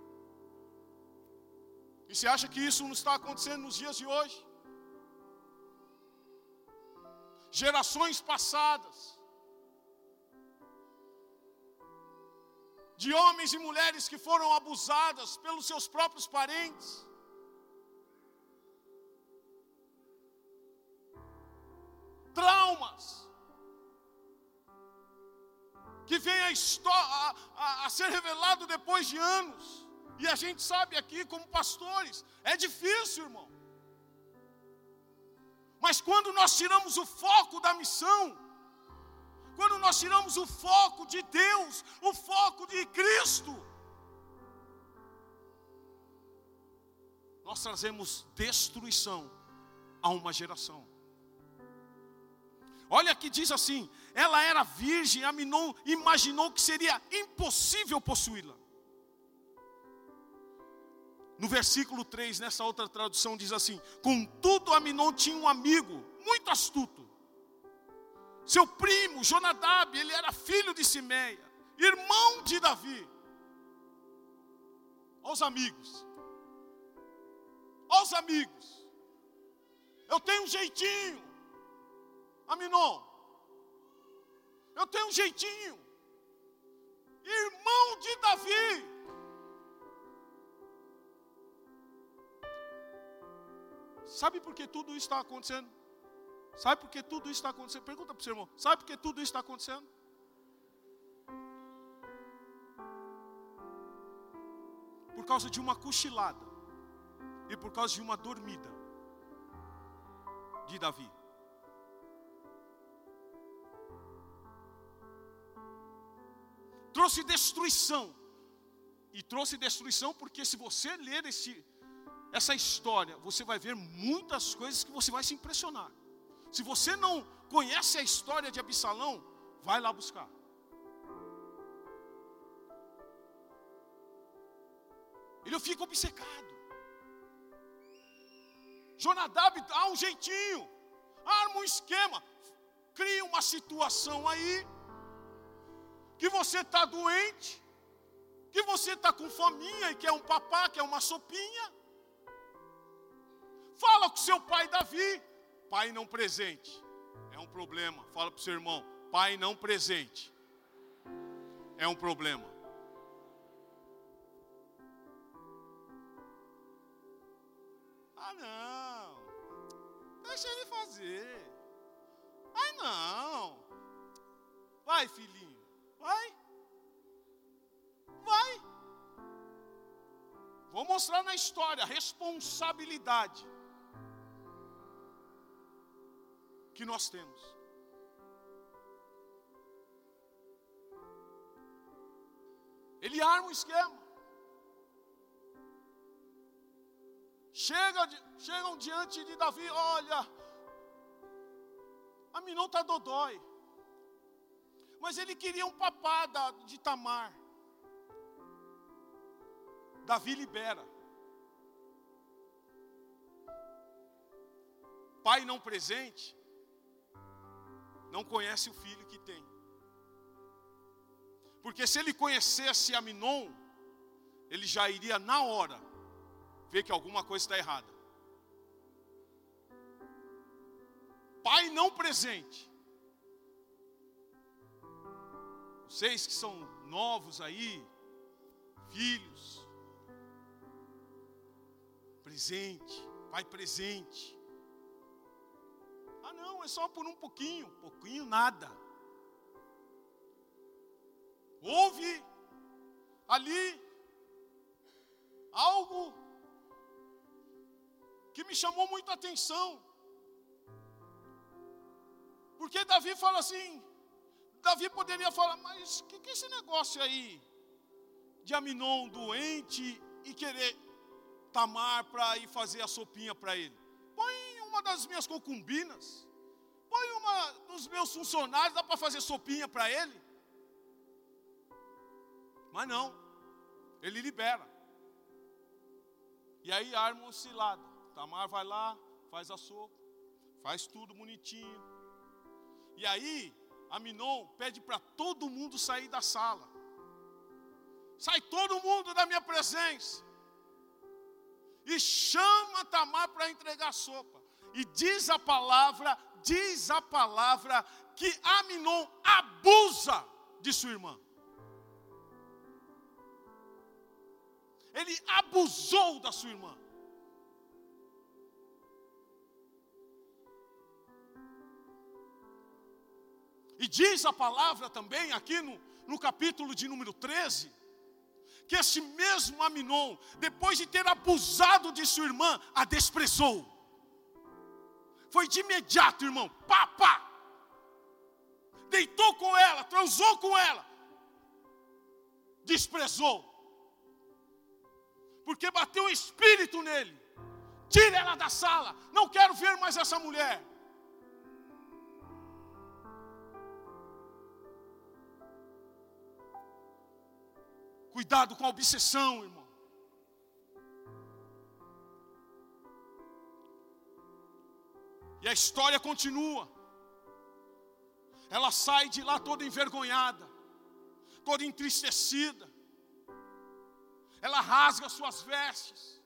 E você acha que isso não está acontecendo nos dias de hoje? Gerações passadas, de homens e mulheres que foram abusadas pelos seus próprios parentes. Traumas que vem a ser revelado depois de anos. E a gente sabe aqui, como pastores, é difícil, irmão. Mas quando nós tiramos o foco da missão, quando nós tiramos o foco de Deus, o foco de Cristo, nós trazemos destruição a uma geração. Olha que diz assim, ela era virgem, Aminon imaginou que seria impossível possuí-la. No versículo 3, nessa outra tradução diz assim, contudo Aminon tinha um amigo muito astuto. Seu primo, Jonadab, ele era filho de Simeia, irmão de Davi. Olha os amigos. Olha os amigos. Eu tenho um jeitinho. Aminon, eu tenho um jeitinho. Irmão de Davi. Sabe por que tudo isso está acontecendo? Sabe por que tudo isso está acontecendo? Pergunta para o seu irmão. Sabe por que tudo isso está acontecendo? Por causa de uma cochilada e por causa de uma dormida de Davi. Trouxe destruição. E trouxe destruição porque se você ler essa história, você vai ver muitas coisas que você vai se impressionar. Se você não conhece a história de Absalão, vai lá buscar. Ele fica obcecado. Jonadab dá um jeitinho, arma um esquema, cria uma situação aí, que você está doente, que você está com fominha e quer um papá, quer uma sopinha. Fala com seu pai Davi, pai não presente, é um problema. Fala para o seu irmão, pai não presente, é um problema. Ah não, deixa ele fazer. Ai não, vai filhinho, vai. Vou mostrar na história a responsabilidade que nós temos. Ele arma um esquema. chegam diante de Davi, olha, Aminon está dodói. Mas ele queria um papá de Tamar. Davi libera. Pai não presente não conhece o filho que tem. Porque se ele conhecesse Aminon, ele já iria na hora ver que alguma coisa está errada. Pai não presente. Vocês que são novos aí, filhos, presente, pai presente. Ah não, é só por um pouquinho nada. Houve ali algo que me chamou muita atenção. Porque Davi fala assim, Davi poderia falar, mas o que é esse negócio aí de Aminon doente e querer Tamar para ir fazer a sopinha para ele? Põe uma das minhas concubinas, põe uma dos meus funcionários, dá para fazer sopinha para ele? Mas não, ele libera. E aí arma uma cilada. Tamar vai lá, faz a sopa, faz tudo bonitinho. E aí Aminon pede para todo mundo sair da sala. Sai todo mundo da minha presença. E chama Tamar para entregar a sopa. E diz a palavra que Aminon abusa de sua irmã. Ele abusou da sua irmã. E diz a palavra também aqui no capítulo de número 13, que esse mesmo Aminon, depois de ter abusado de sua irmã, a desprezou. Foi de imediato, irmão, pá. Deitou com ela, transou com ela, desprezou. Porque bateu um espírito nele. Tira ela da sala, não quero ver mais essa mulher. Cuidado com a obsessão, irmão. E a história continua. Ela sai de lá toda envergonhada, toda entristecida. Ela rasga suas vestes.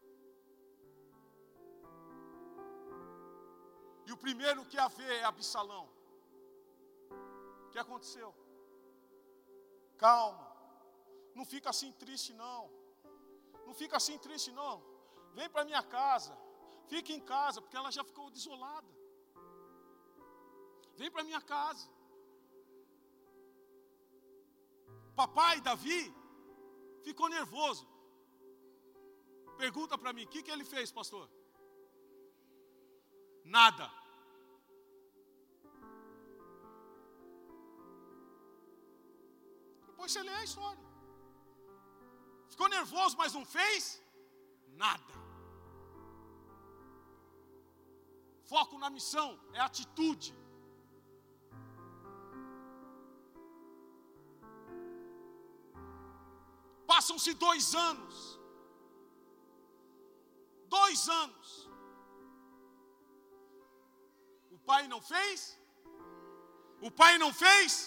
E o primeiro que a vê é Absalão. O que aconteceu? Calma. Não fica assim triste não. Não fica assim triste não. Vem para minha casa. Fique em casa, porque ela já ficou desolada. Vem para minha casa. Papai Davi ficou nervoso. Pergunta para mim, o que ele fez, pastor? Nada. Depois você lê a história. Ficou nervoso, mas não fez nada. Foco na missão, é atitude. Passam-se 2 anos. 2 anos. O pai não fez? O pai não fez?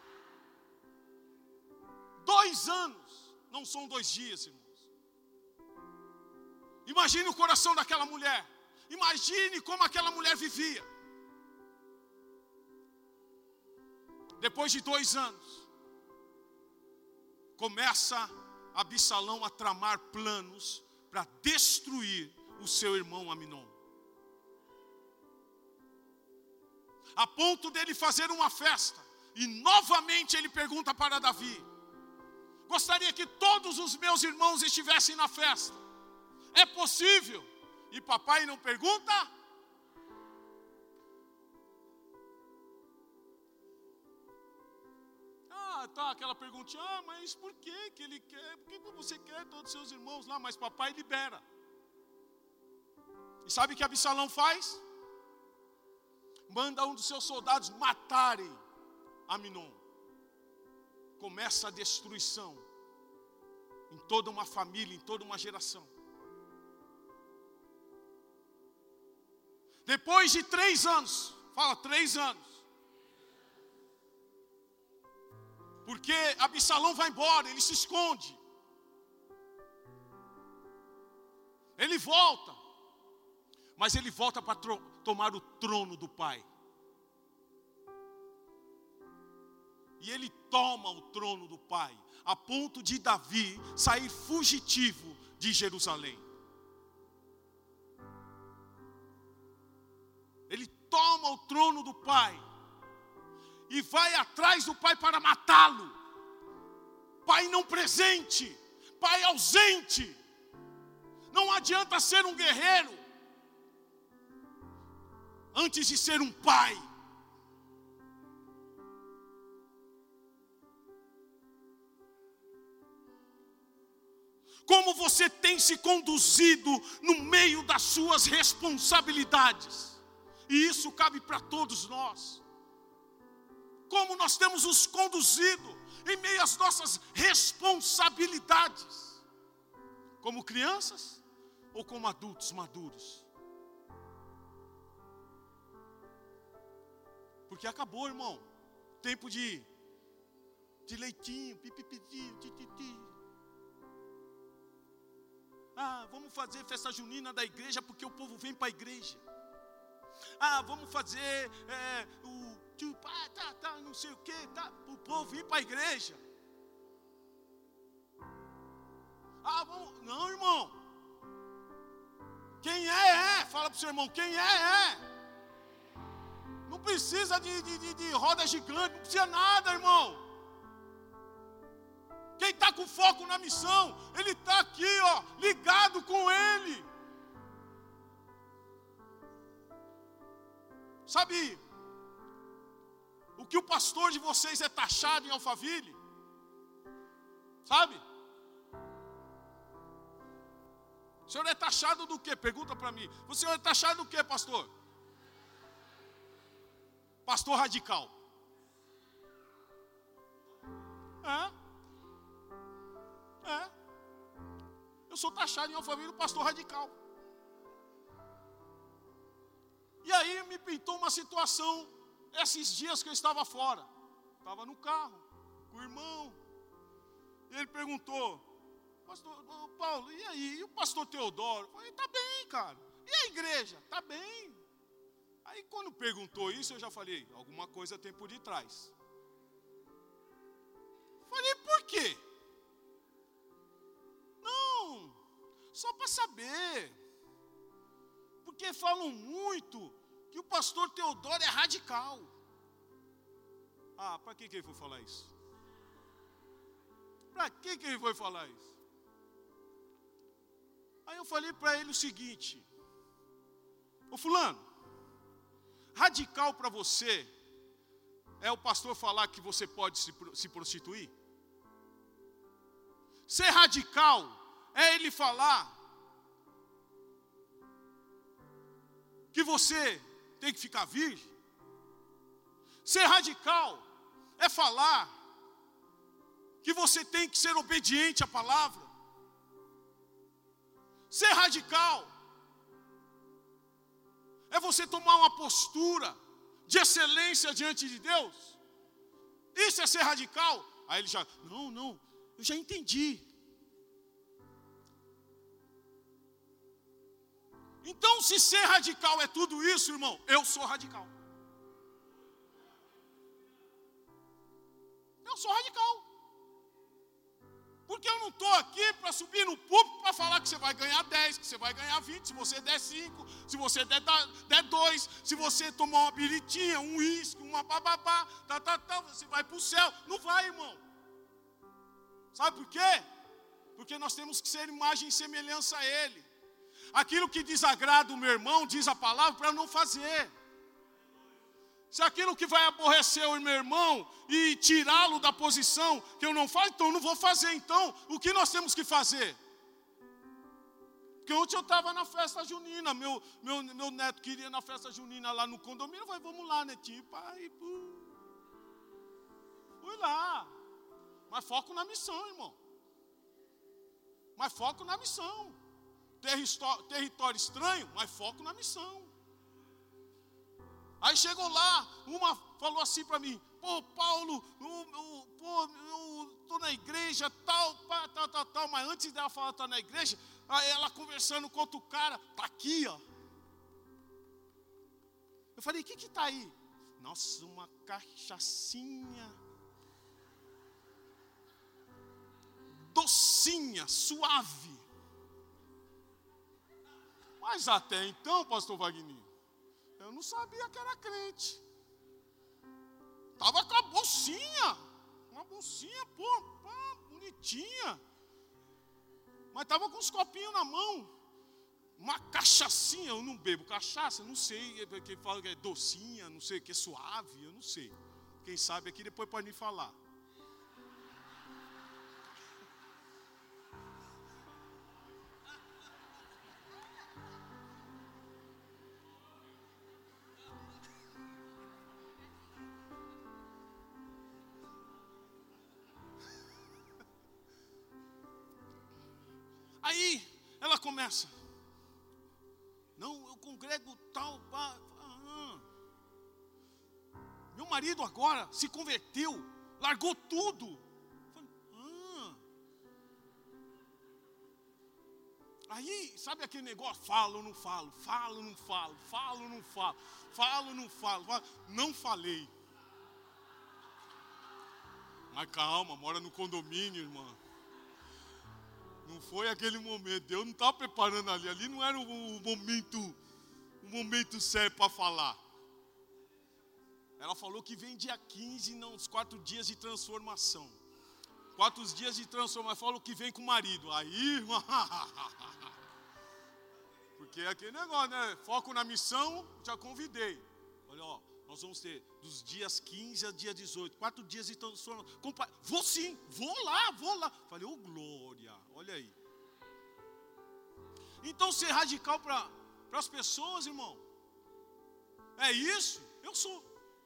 2 anos. Não são 2 dias, irmãos. Imagine o coração daquela mulher. Imagine como aquela mulher vivia. Depois de 2 anos, começa Absalão a tramar planos para destruir o seu irmão Aminon. A ponto dele fazer uma festa. E novamente ele pergunta para Davi: gostaria que todos os meus irmãos estivessem na festa. É possível? E papai não pergunta? Tá, aquela perguntinha, mas por que ele quer? Por que você quer todos os seus irmãos lá? Mas papai libera. E sabe o que Absalão faz? Manda um dos seus soldados matarem Aminon. Começa a destruição em toda uma família, em toda uma geração. Depois de 3 anos, fala 3 anos, porque Absalão vai embora, ele se esconde, ele volta, mas ele volta para tomar o trono do pai. E ele toma o trono do pai, a ponto de Davi sair fugitivo de Jerusalém. Ele toma o trono do pai e vai atrás do pai para matá-lo. Pai não presente, pai ausente. Não adianta ser um guerreiro antes de ser um pai. Como você tem se conduzido no meio das suas responsabilidades? E isso cabe para todos nós. Como nós temos nos conduzido em meio às nossas responsabilidades? Como crianças ou como adultos maduros? Porque acabou, irmão. Tempo de leitinho, pipipitinho, tititi. Vamos fazer festa junina da igreja porque o povo vem para a igreja. Vamos fazer não sei o que, o povo vir para a igreja. Não, irmão. Quem é. Fala para o seu irmão, quem é. Não precisa de roda gigante, não precisa nada, irmão. Quem está com foco na missão, ele está aqui, ligado com ele. Sabe, o que o pastor de vocês é taxado em Alphaville? Sabe? O senhor é taxado do quê? Pergunta para mim. O senhor é taxado do quê, pastor? Pastor radical. Eu sou taxado em Alphaville, pastor radical. E aí me pintou uma situação, esses dias que eu estava fora. Estava no carro, com o irmão. E ele perguntou, pastor Paulo, e aí? E o pastor Teodoro? Eu falei, tá bem, cara. E a igreja? Tá bem. Aí quando perguntou isso, eu já falei, alguma coisa tem por detrás. Falei, por quê? Não, só para saber. Porque falam muito que o pastor Teodoro é radical. Para que ele foi falar isso? Para que ele foi falar isso? Aí eu falei para ele o seguinte: ô fulano, radical para você é o pastor falar que você pode se prostituir? Ser radical é ele falar que você tem que ficar virgem? Ser radical é falar que você tem que ser obediente à palavra? Ser radical é você tomar uma postura de excelência diante de Deus? Isso é ser radical? Aí ele já, não, eu já entendi. Então, se ser radical é tudo isso, irmão, eu sou radical. Eu sou radical. Porque eu não estou aqui para subir no púlpito para falar que você vai ganhar 10, que você vai ganhar 20, se você der 5, se você der 2, se você tomar uma biritinha, um uísque, uma bababá, você vai para o céu. Não vai, irmão. Sabe por quê? Porque nós temos que ser imagem e semelhança a Ele. Aquilo que desagrada o meu irmão, diz a palavra, para não fazer. Se aquilo que vai aborrecer o meu irmão e tirá-lo da posição que eu não faço, então eu não vou fazer. Então, o que nós temos que fazer? Porque ontem eu estava na festa junina, meu neto queria ir na festa junina lá no condomínio, eu falei, vamos lá, netinho, pai, fui lá. Mas foco na missão, irmão. Mas foco na missão. Território estranho, mas foco na missão. Aí chegou lá, uma falou assim para mim, pô, Paulo, eu estou na igreja, tal, mas antes dela falar estou na igreja, aí ela conversando com outro cara, tá aqui, ó. Eu falei, o que tá aí? Nossa, uma cachaçinha. Docinha, suave. Mas até então, pastor Wagner, eu não sabia que era crente. Estava com a bolsinha. Uma bolsinha, bonitinha. Mas estava com os copinhos na mão. Uma cachaçinha, eu não bebo cachaça, não sei. Quem fala que é docinha, não sei, que é suave, eu não sei. Quem sabe aqui depois pode me falar. Aí ela começa. Não, eu congrego tal. Meu marido agora se converteu, largou tudo. Aí, sabe aquele negócio? Falo ou não falo, falo ou não falo, falo ou não falo, falo ou não falo. Não falei. Mas calma, mora no condomínio, irmã. Não foi aquele momento, Deus não estava preparando ali não era o momento certo para falar. Ela falou que vem dia 15, nos 4 dias de transformação. 4 dias de transformação, falou que vem com o marido. Aí, porque é aquele negócio, né? Foco na missão, já convidei. Olha, ó, nós vamos ter dos dias 15 a dia 18, 4 dias de transformação. Vou sim, vou lá. Falei, ô glória, olha aí. Então ser radical para as pessoas, irmão, é isso? Eu sou.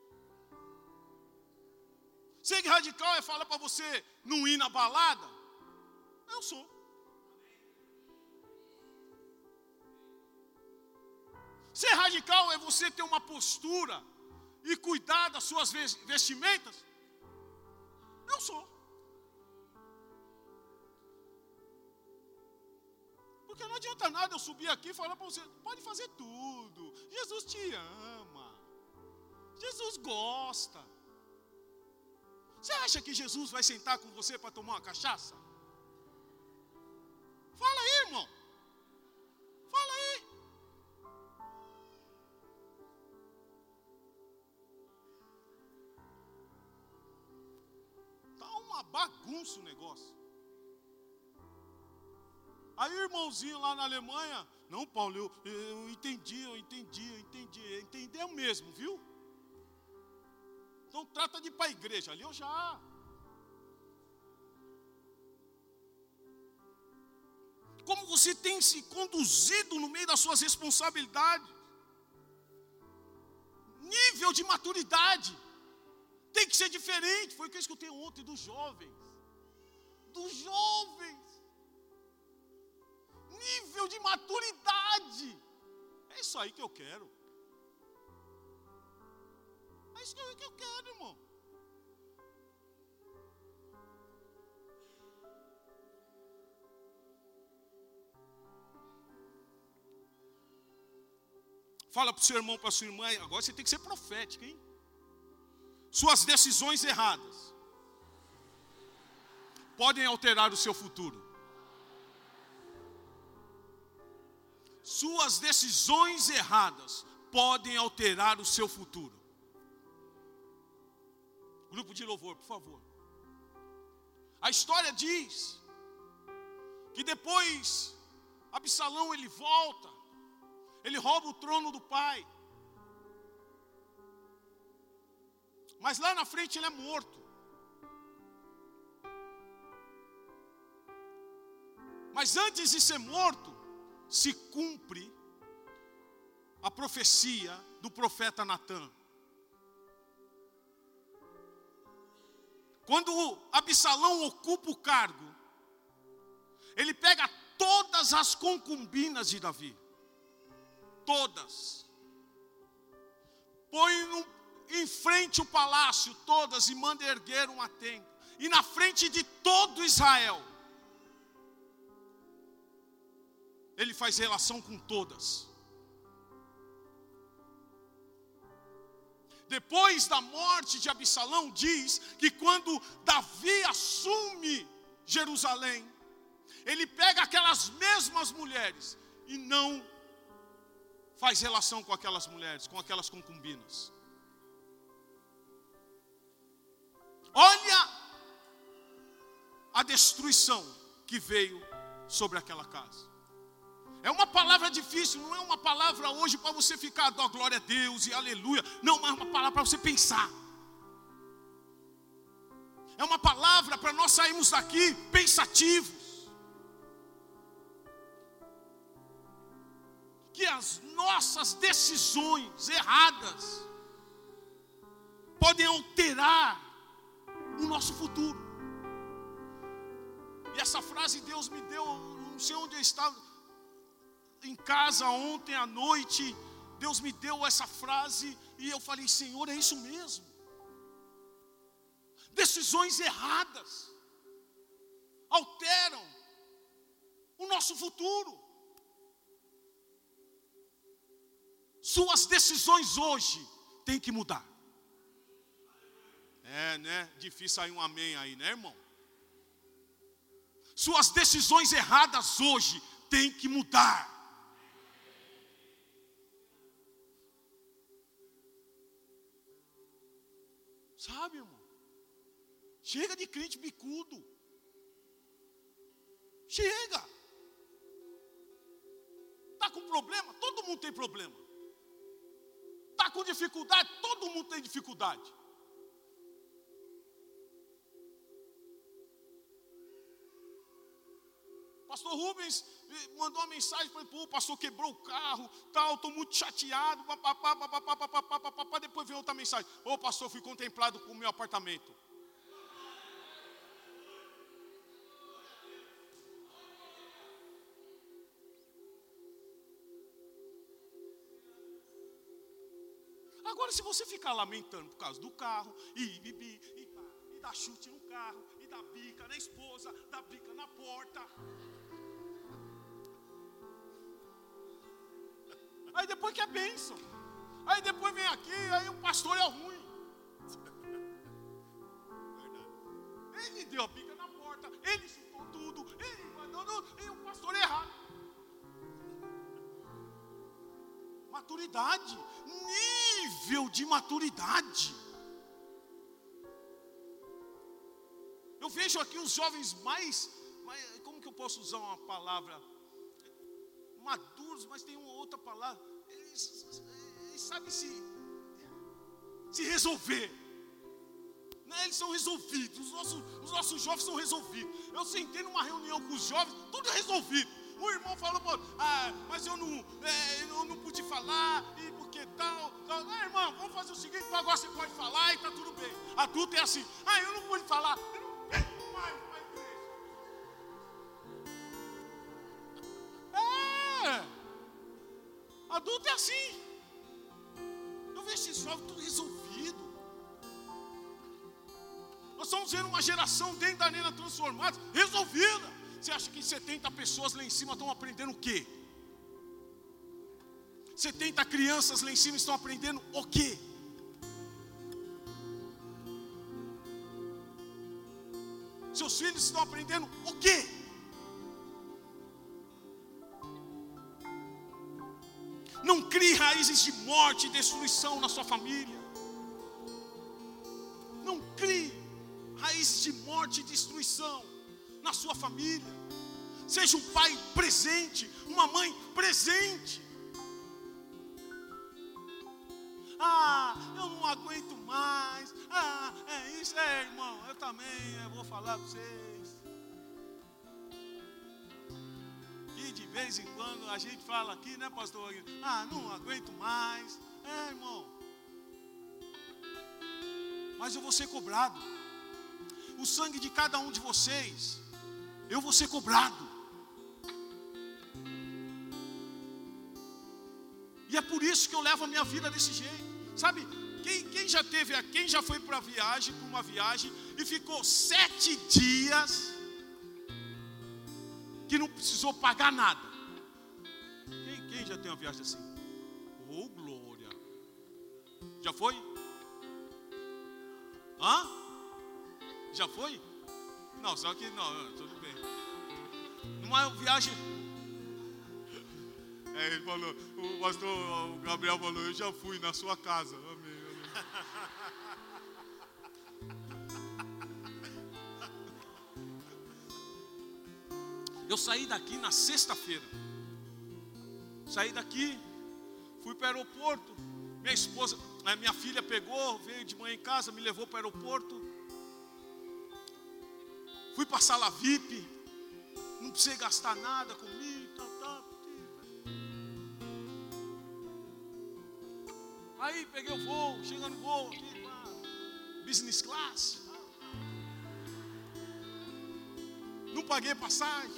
Ser radical é falar para você não ir na balada? Eu sou. Ser radical é você ter uma postura e cuidar das suas vestimentas? Eu sou. Porque não adianta nada eu subir aqui e falar para você, pode fazer tudo. Jesus te ama. Jesus gosta. Você acha que Jesus vai sentar com você para tomar uma cachaça? Fala aí, irmão. Fala aí. Tá uma bagunça o negócio. Aí o irmãozinho lá na Alemanha, não, Paulo, eu entendi. Entendeu mesmo, viu? Então trata de ir para a igreja, ali eu já. Como você tem se conduzido no meio das suas responsabilidades? Nível de maturidade tem que ser diferente. Foi o que eu escutei ontem dos jovens. Nível de maturidade. É isso aí que eu quero. É isso que eu quero, irmão. Fala para o seu irmão, para a sua irmã, agora você tem que ser profética, hein? Suas decisões erradas podem alterar o seu futuro. Suas decisões erradas podem alterar o seu futuro. Grupo de louvor, por favor. A história diz que depois Absalão ele volta, ele rouba o trono do pai. Mas lá na frente ele é morto. Mas antes de ser morto, se cumpre a profecia do profeta Natã. Quando Absalão ocupa o cargo, ele pega todas as concubinas de Davi. Todas. Põe em frente o palácio, todas, e manda erguer uma tenda. E na frente de todo Israel, ele faz relação com todas. Depois da morte de Absalão, diz que quando Davi assume Jerusalém, ele pega aquelas mesmas mulheres e não faz relação com aquelas mulheres, com aquelas concubinas. Olha a destruição que veio sobre aquela casa. É uma palavra difícil, não é uma palavra hoje para você ficar, ó, glória a Deus e aleluia. Não, mas é uma palavra para você pensar. É uma palavra para nós sairmos daqui pensativos. Que as nossas decisões erradas podem alterar o nosso futuro. E essa frase Deus me deu, não sei onde eu estava, em casa ontem à noite, Deus me deu essa frase e eu falei, Senhor, é isso mesmo. Decisões erradas alteram o nosso futuro. Suas decisões hoje têm que mudar. É, né? Difícil sair um amém aí, né, irmão? Suas decisões erradas hoje têm que mudar. Sabe, irmão? Chega de crente bicudo. Chega. Está com problema? Todo mundo tem problema. Está com dificuldade? Todo mundo tem dificuldade. Pastor Rubens mandou uma mensagem para ele, pô, o pastor quebrou o carro, tal, estou muito chateado, papapá. Depois veio outra mensagem, ô pastor, fui contemplado com o meu apartamento. Agora, se você ficar lamentando por causa do carro, e dá chute no carro, e dá bica na esposa, dá bica na porta. Aí depois que é bênção. Aí depois vem aqui, aí o pastor é ruim. Verdade. Ele deu a bica na porta, ele chutou tudo, ele mandou, e o pastor é errado. Maturidade, nível de maturidade. Eu vejo aqui os jovens mais, como que eu posso usar uma palavra? Maduros, mas tem uma outra palavra. Eles sabem se resolver. Né? Eles são resolvidos. Os nossos jovens são resolvidos. Eu sentei numa reunião com os jovens, tudo resolvido. O irmão falou, mas eu não pude falar, e porque tal. Não, irmão, vamos fazer o seguinte, agora você pode falar e está tudo bem. Adulto é assim, eu não pude falar, eu não quero mais para a igreja. Adulto é assim. Eu vejo esses jovens tudo resolvido. Nós estamos vendo uma geração dentro da arena transformada, resolvida. Você acha que 70 pessoas lá em cima estão aprendendo o quê? 70 crianças lá em cima estão aprendendo o quê? Seus filhos estão aprendendo o quê? Não crie raízes de morte e destruição na sua família. Não crie raízes de morte e destruição na sua família. Seja um pai presente, uma mãe presente. Eu não aguento mais. É isso, irmão. Eu também vou falar para vocês. E de vez em quando a gente fala aqui, né, pastor? Ah, não aguento mais. Irmão. Mas eu vou ser cobrado. O sangue de cada um de vocês, eu vou ser cobrado. E é por isso que eu levo a minha vida desse jeito. Sabe, quem já foi para uma viagem e ficou 7 dias que não precisou pagar nada? Quem já tem uma viagem assim? Oh, glória! Já foi? Hã? Já foi? Não, só que não, tudo bem. Numa viagem. Ele falou, o pastor Gabriel falou, eu já fui na sua casa. Amém. Eu saí daqui na sexta-feira. Saí daqui, fui para o aeroporto. Minha filha pegou, veio de manhã em casa, me levou para o aeroporto. Fui para a sala VIP. Não precisei gastar nada comigo, tal. Aí peguei o voo, chegando no voo, business class. Não paguei passagem.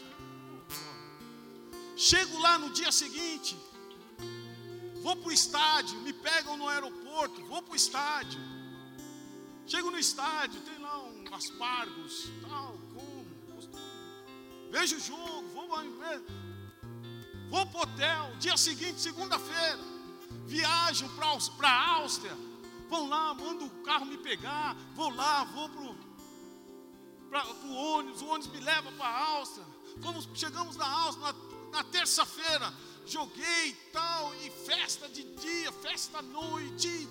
Chego lá no dia seguinte, vou para o estádio, me pegam no aeroporto, vou para o estádio. Chego no estádio, tem lá um aspargos, tal, como, vejo o jogo, vou para o hotel, dia seguinte, segunda-feira. Viajam para a Áustria, vão lá, mandam o carro me pegar, vou lá, vou para o ônibus me leva para a Áustria, chegamos na Áustria, na terça-feira, joguei e tal, e festa de dia, festa à noite.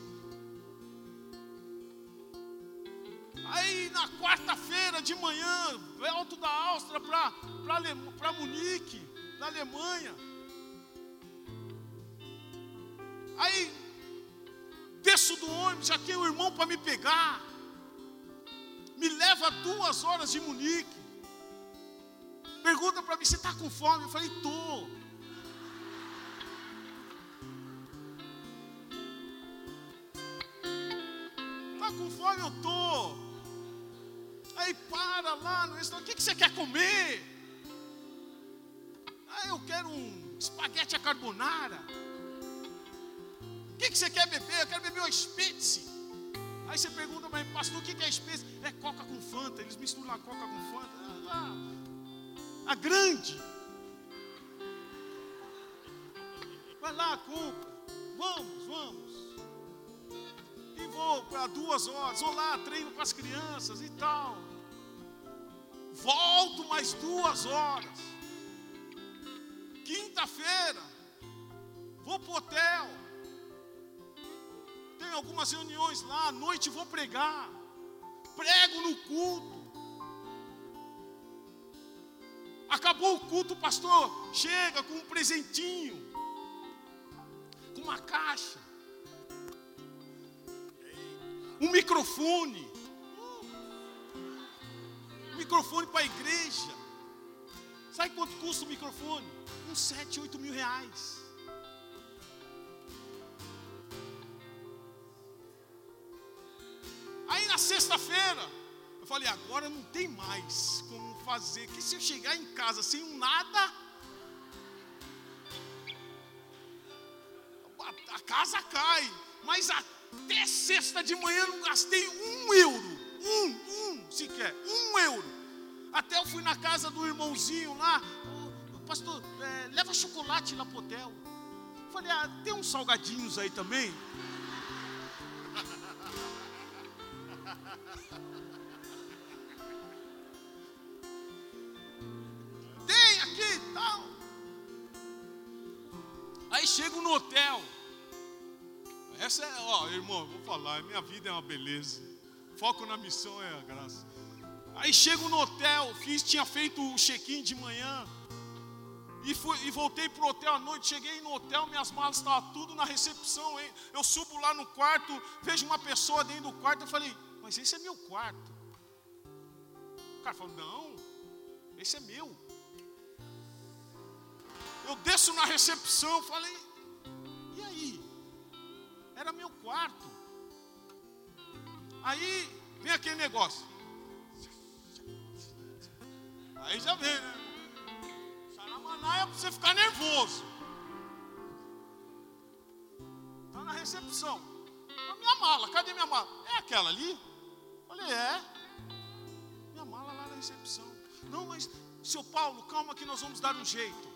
Aí na quarta-feira de manhã, volto da Áustria para Munique, da Alemanha. Aí, desço do ônibus, já tem um irmão para me pegar. Me leva 2 horas de Munique. Pergunta para mim, você está com fome? Eu falei, estou. Está com fome? Eu estou. Aí para lá no restaurante, o que você quer comer? Ah, eu quero um espaguete à carbonara. O que você quer beber? Eu quero beber uma Spitz. Aí você pergunta para mim, pastor, o que é Spitz? É Coca com Fanta. Eles misturam a Coca com Fanta. A grande. Vai lá, compra. Vamos. E vou para 2 horas. Vou lá, treino com as crianças e tal. Volto mais 2 horas. Quinta-feira, vou para o hotel. Tem algumas reuniões lá, à noite vou pregar. Prego no culto. Acabou o culto, o pastor chega com um presentinho, com uma caixa, um microfone. Microfone para a igreja. Sabe quanto custa o microfone? Uns 7, 8 mil reais. Aí na sexta-feira, eu falei, agora não tem mais como fazer. Que se eu chegar em casa sem um nada, a casa cai. Mas até sexta de manhã eu não gastei 1 euro. Sequer, 1 euro. Até eu fui na casa do irmãozinho lá, pastor, leva chocolate lá pro hotel. Falei, tem uns salgadinhos aí também? Tem aqui e tal. Aí chego no hotel. Essa é, irmão, vou falar, minha vida é uma beleza. Foco na missão é a graça. Aí chego no hotel, tinha feito o check-in de manhã. E voltei para o hotel à noite. Cheguei no hotel, minhas malas estavam tudo na recepção. Hein? Eu subo lá no quarto, vejo uma pessoa dentro do quarto. Eu falei, mas esse é meu quarto. O cara falou, não, esse é meu. eu desço na recepção, falei, e aí? Era meu quarto. Aí vem aquele negócio. Aí já vem, né? Xaramanaia é pra você ficar nervoso. Tá na recepção. A minha mala, cadê minha mala? É aquela ali? Falei, é. Minha mala lá na recepção. Não, mas, seu Paulo, calma que nós vamos dar um jeito.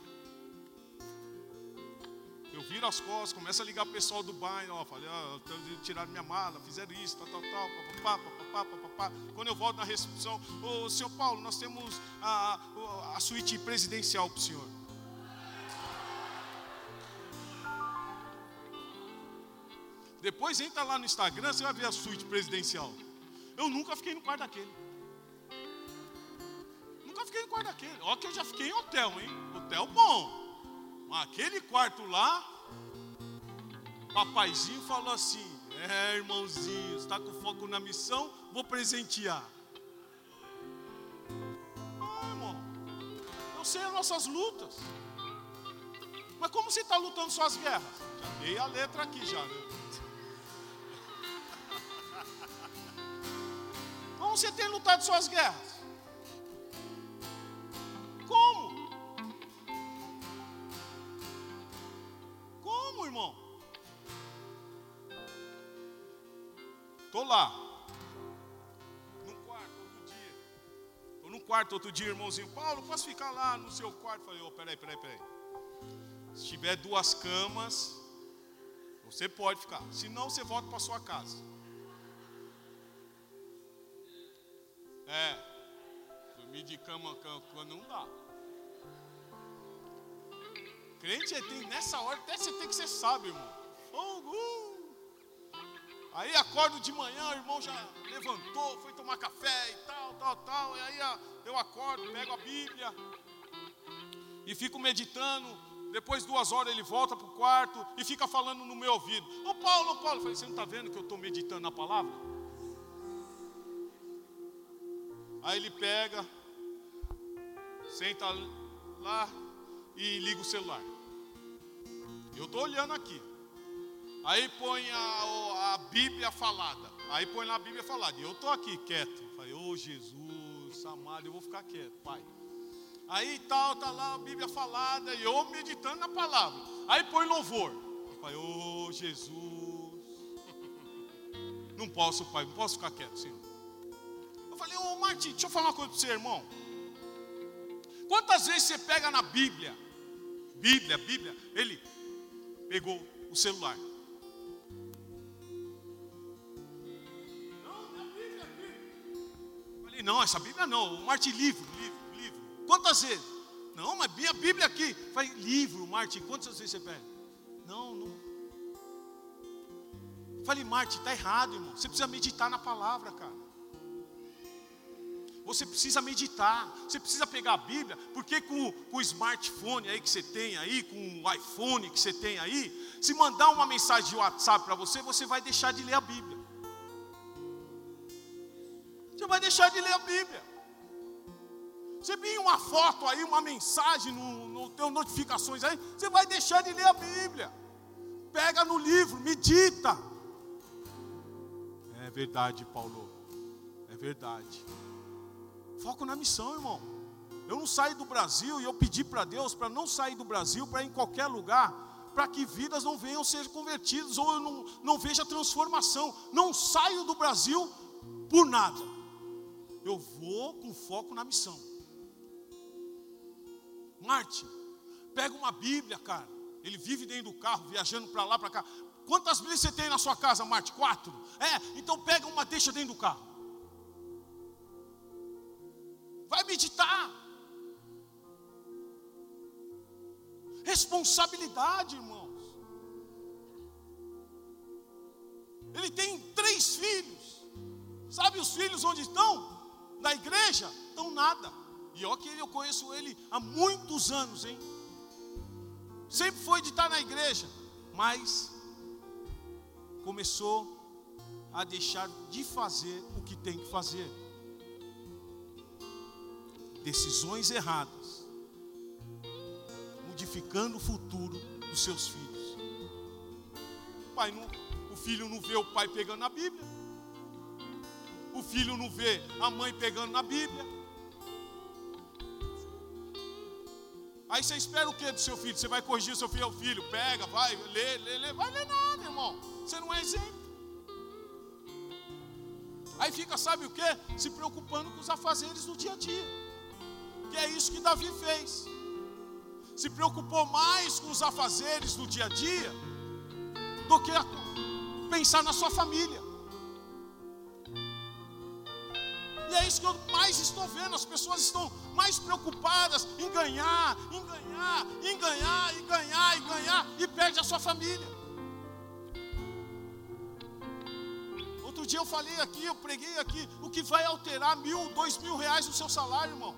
Eu viro as costas, começo a ligar o pessoal do banho, ó, falei, ó, tiraram minha mala, fizeram isso, tal, papapá. Quando eu volto na recepção, ô, senhor Paulo, nós temos a suíte presidencial para o senhor. Depois entra lá no Instagram, você vai ver a suíte presidencial. Eu nunca fiquei no quarto daquele. Nunca fiquei no quarto daquele. Ó que eu já fiquei em hotel, hein? Hotel bom. Aquele quarto lá, papaizinho falou assim, irmãozinho, está com foco na missão, vou presentear. Irmão, eu sei as nossas lutas. Mas como você está lutando suas guerras? Já dei a letra aqui já, né? Como você tem lutado suas guerras? Como? Como, irmão? Estou lá. Estou no quarto outro dia, irmãozinho. Paulo, posso ficar lá no seu quarto? Falei, peraí. Se tiver 2 camas, você pode ficar. Senão, você volta para sua casa. Dormir de cama não dá. Crente tem nessa hora, até você tem que ser sábio, irmão. Aí acordo de manhã, o irmão já levantou, foi tomar café e tal. E aí eu acordo, pego a Bíblia e fico meditando. Depois 2 horas ele volta para o quarto e fica falando no meu ouvido. Ô Paulo, eu falei, você não está vendo que eu estou meditando na palavra? Aí ele pega, senta lá e liga o celular. Eu estou olhando aqui. Aí põe a Bíblia falada. Aí põe lá a Bíblia falada. E eu estou aqui quieto. Falei, ô Jesus amado, eu vou ficar quieto, Pai. Aí tá lá a Bíblia falada e eu meditando na palavra. Aí põe louvor. Eu falei, ô Jesus. Não posso, Pai, não posso ficar quieto, Senhor. Eu falei, ô Martim, deixa eu falar uma coisa para você, irmão. Quantas vezes você pega na Bíblia, ele pegou o celular. Não, a Bíblia. Eu falei, não, essa Bíblia não, o Martim, livro. Quantas vezes? Não, mas minha Bíblia aqui. Eu falei, livro, Martim, quantas vezes você pega? Não. Eu falei, Martim, está errado, irmão. Você precisa meditar na palavra, cara. Você precisa meditar, você precisa pegar a Bíblia, porque com o smartphone aí que você tem aí, com o iPhone que você tem aí, se mandar uma mensagem de WhatsApp para você, você vai deixar de ler a Bíblia. Você vai deixar de ler a Bíblia. Você vir uma foto aí, uma mensagem no teu notificações aí, você vai deixar de ler a Bíblia. Pega no livro, medita. É verdade, Paulo. É verdade. Foco na missão, irmão. Eu não saio do Brasil e eu pedi para Deus para não sair do Brasil, para ir em qualquer lugar, para que vidas não venham a ser convertidas ou eu não veja transformação. Não saio do Brasil por nada. Eu vou com foco na missão. Martim, pega uma Bíblia, cara. Ele vive dentro do carro, viajando para lá, para cá. Quantas Bíblias você tem na sua casa, Martim? 4? Então pega uma, deixa dentro do carro. Vai meditar. Responsabilidade, irmãos. Ele tem 3 filhos. Sabe os filhos onde estão? Da igreja? Estão nada. E ó que eu conheço ele há muitos anos, hein? Sempre foi de estar na igreja, mas começou a deixar de fazer o que tem que fazer. Decisões erradas edificando o futuro dos seus filhos. O filho não vê o pai pegando na Bíblia. O filho não vê a mãe pegando na Bíblia. Aí você espera o que do seu filho? Você vai corrigir o seu filho, pega, vai, lê, vai ler nada, irmão. Você não é exemplo. Aí fica, sabe o que? Se preocupando com os afazeres do dia a dia. Que é isso que Davi fez. Se preocupou mais com os afazeres do dia a dia do que pensar na sua família. E é isso que eu mais estou vendo. As pessoas estão mais preocupadas em ganhar, e perde a sua família. Outro dia eu falei aqui, eu preguei aqui, o que vai alterar 1.000, 2.000 reais no seu salário, irmão?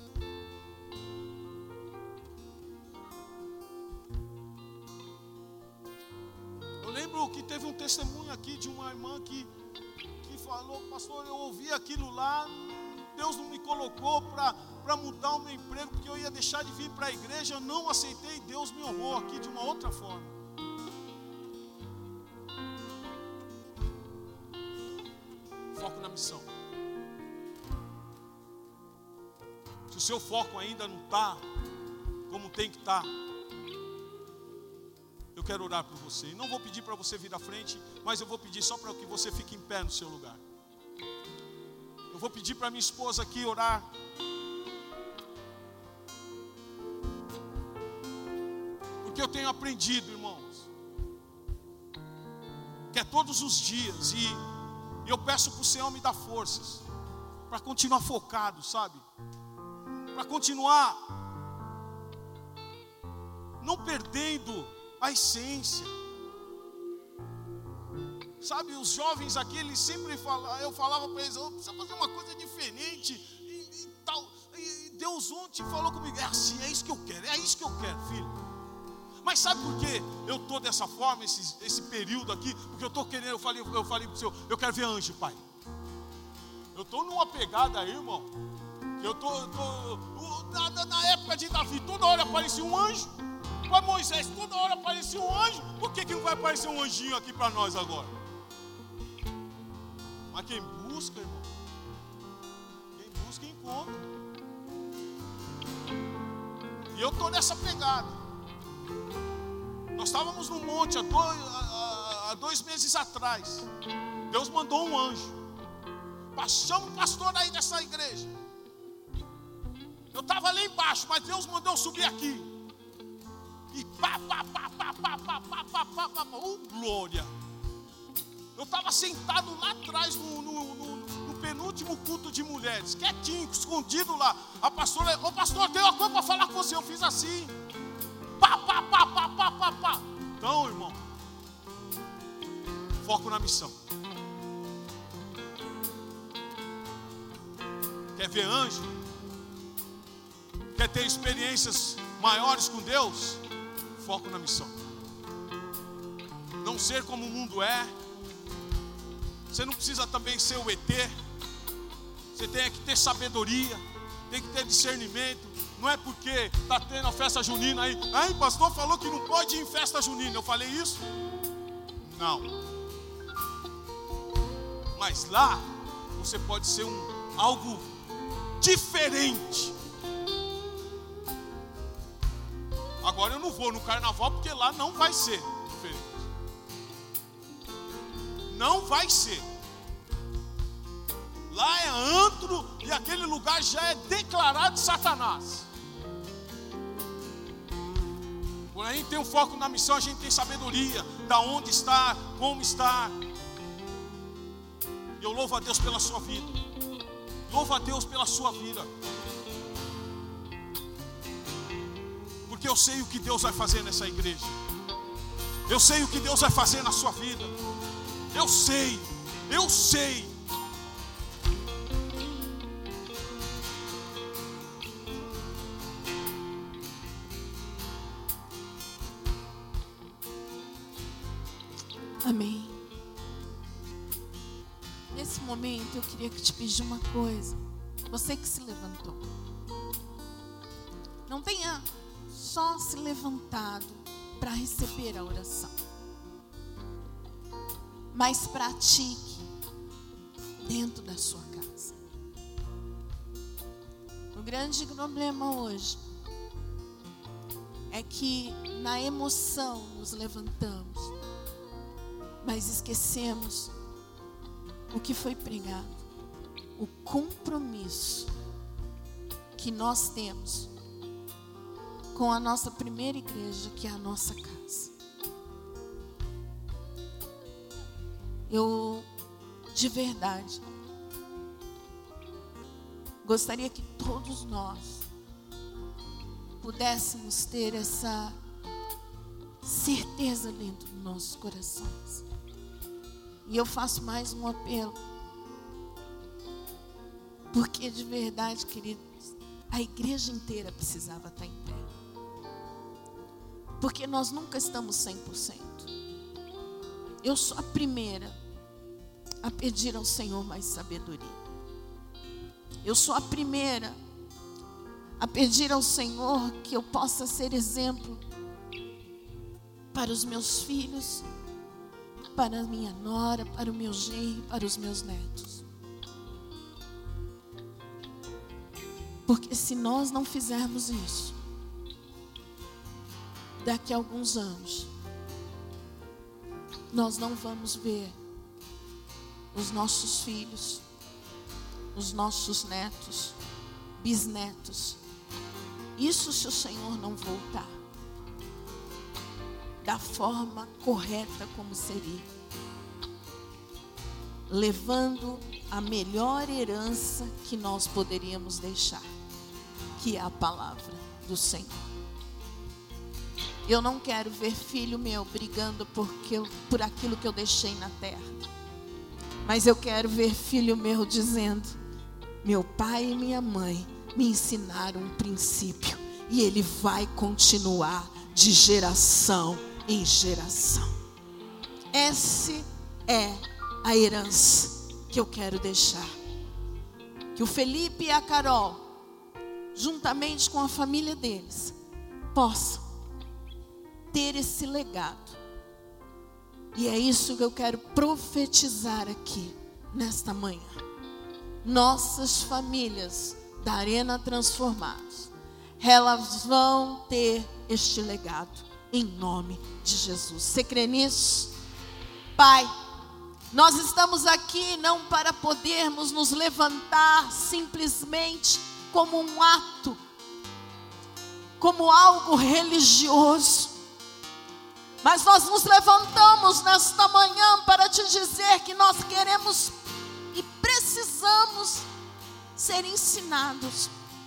Eu lembro que teve um testemunho aqui de uma irmã que falou: pastor, eu ouvi aquilo lá, Deus não me colocou para mudar o meu emprego, porque eu ia deixar de vir para a igreja, eu não aceitei, Deus me honrou aqui de uma outra forma. Foco na missão. Se o seu foco ainda não está como tem que estar, eu quero orar por você. E não vou pedir para você vir à frente, mas eu vou pedir só para que você fique em pé no seu lugar. Eu vou pedir para minha esposa aqui orar. Porque eu tenho aprendido, irmãos, que é todos os dias, e eu peço para o Senhor me dar forças para continuar focado, sabe? Para continuar não perdendo a essência. Sabe, os jovens aqui, eles sempre falavam, eu falava para eles: precisa fazer uma coisa diferente e tal. E Deus ontem falou comigo: é assim, é isso que eu quero, filho. Mas sabe por que eu estou dessa forma, esse período aqui? Porque eu estou querendo, eu falei para o Senhor: eu quero ver anjo, pai. Eu estou numa pegada aí, irmão. Eu estou na época de Davi, toda hora aparecia um anjo. Para Moisés, toda hora aparecia um anjo. Por que não vai aparecer um anjinho aqui para nós agora? Mas quem busca, irmão, quem busca encontra. E eu estou nessa pegada. Nós estávamos no monte há 2 meses atrás. Deus mandou um anjo. Chama o pastor aí dessa igreja. Eu estava lá embaixo, mas Deus mandou eu subir aqui. E glória. Eu estava sentado lá atrás no penúltimo culto de mulheres, quietinho, escondido lá. A pastora: ô pastor, tem uma coisa para falar com você. Eu fiz assim. Então, irmão, foco na missão. Quer ver anjo? Quer ter experiências maiores com Deus? Foco na missão. Não ser como o mundo é. Você não precisa também ser o ET. Você tem que ter sabedoria, tem que ter discernimento. Não é porque está tendo a festa junina aí: ai, pastor falou que não pode ir em festa junina. Eu falei isso? Não. Mas lá você pode ser algo diferente. Agora eu não vou no carnaval, porque lá não vai ser diferente. Não vai ser. Lá é antro e aquele lugar já é declarado de Satanás. Quando a gente tem um foco na missão, a gente tem sabedoria da onde está, como está. E eu louvo a Deus pela sua vida. Louvo a Deus pela sua vida. Porque eu sei o que Deus vai fazer nessa igreja. Eu sei o que Deus vai fazer na sua vida. Eu sei. Amém. Nesse momento eu queria te pedir uma coisa. Você que se levantou, não tenha só se levantado para receber a oração, mas pratique dentro da sua casa. O grande problema hoje é que na emoção nos levantamos, mas esquecemos o que foi pregado, o compromisso que nós temos com a nossa primeira igreja, que é a nossa casa. Eu, de verdade, gostaria que todos nós pudéssemos ter essa certeza dentro dos nossos corações. E eu faço mais um apelo, porque de verdade, queridos, a igreja inteira precisava estar em pé, porque nós nunca estamos 100%. Eu sou a primeira a pedir ao Senhor mais sabedoria. Eu sou a primeira a pedir ao Senhor que eu possa ser exemplo para os meus filhos, para a minha nora, para o meu genro, para os meus netos. Porque se nós não fizermos isso, daqui a alguns anos, nós não vamos ver os nossos filhos, os nossos netos, bisnetos. Isso se o Senhor não voltar da forma correta como seria, levando a melhor herança que nós poderíamos deixar, que é a palavra do Senhor. Eu não quero ver filho meu brigando por aquilo que eu deixei na terra, mas eu quero ver filho meu dizendo: meu pai e minha mãe me ensinaram um princípio, e ele vai continuar de geração em geração. Essa é a herança que eu quero deixar. Que o Felipe e a Carol, juntamente com a família deles, possam ter esse legado. E é isso que eu quero profetizar aqui nesta manhã. Nossas famílias da Arena Transformados, elas vão ter este legado em nome de Jesus. Você crê nisso? Pai, nós estamos aqui não para podermos nos levantar simplesmente como um ato, como algo religioso, mas nós nos levantamos nesta manhã para te dizer que nós queremos e precisamos ser ensinados.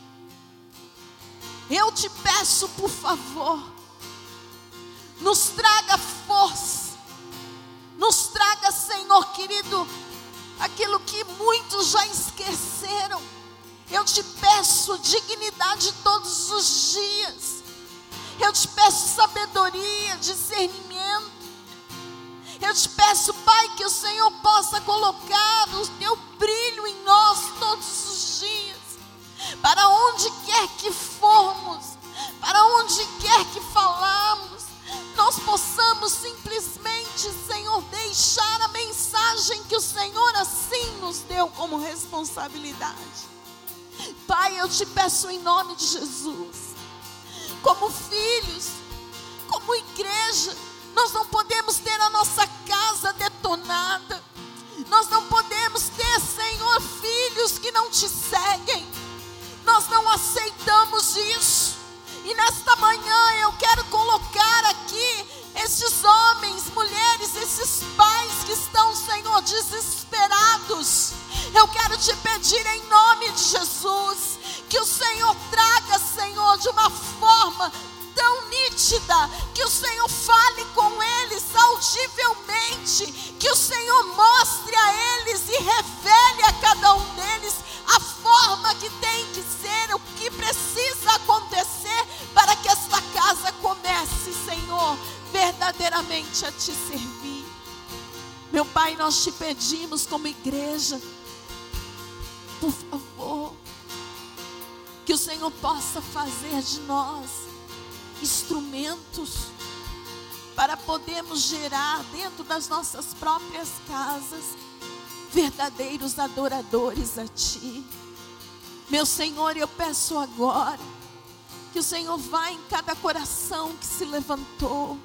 Eu te peço, por favor, nos traga força, nos traga, Senhor querido, aquilo que muitos já esqueceram. Eu te peço dignidade todos os dias. Eu te peço sabedoria, discernimento. Eu te peço, Pai, que o Senhor possa colocar o teu brilho em nós todos os dias. Para onde quer que formos, para onde quer que falamos, nós possamos simplesmente, Senhor, deixar a mensagem que o Senhor assim nos deu como responsabilidade. Pai, eu te peço em nome de Jesus, como filhos, como igreja, nós não podemos ter a nossa casa detonada. Nós não podemos ter, Senhor, filhos que não te seguem. Nós não aceitamos isso. E nesta manhã eu quero colocar aqui esses homens, mulheres, esses pais que estão, Senhor, desesperados. Eu quero te pedir em nome de Jesus que o Senhor traga, Senhor, de uma forma tão nítida, que o Senhor fale com eles audivelmente, que o Senhor mostre a eles e revele a cada um deles a forma que tem que ser, o que precisa acontecer para que esta casa comece, Senhor, verdadeiramente a te servir. Meu Pai, nós te pedimos como igreja, por favor, que o Senhor possa fazer de nós instrumentos para podermos gerar dentro das nossas próprias casas verdadeiros adoradores a Ti. Meu Senhor, eu peço agora que o Senhor vá em cada coração que se levantou.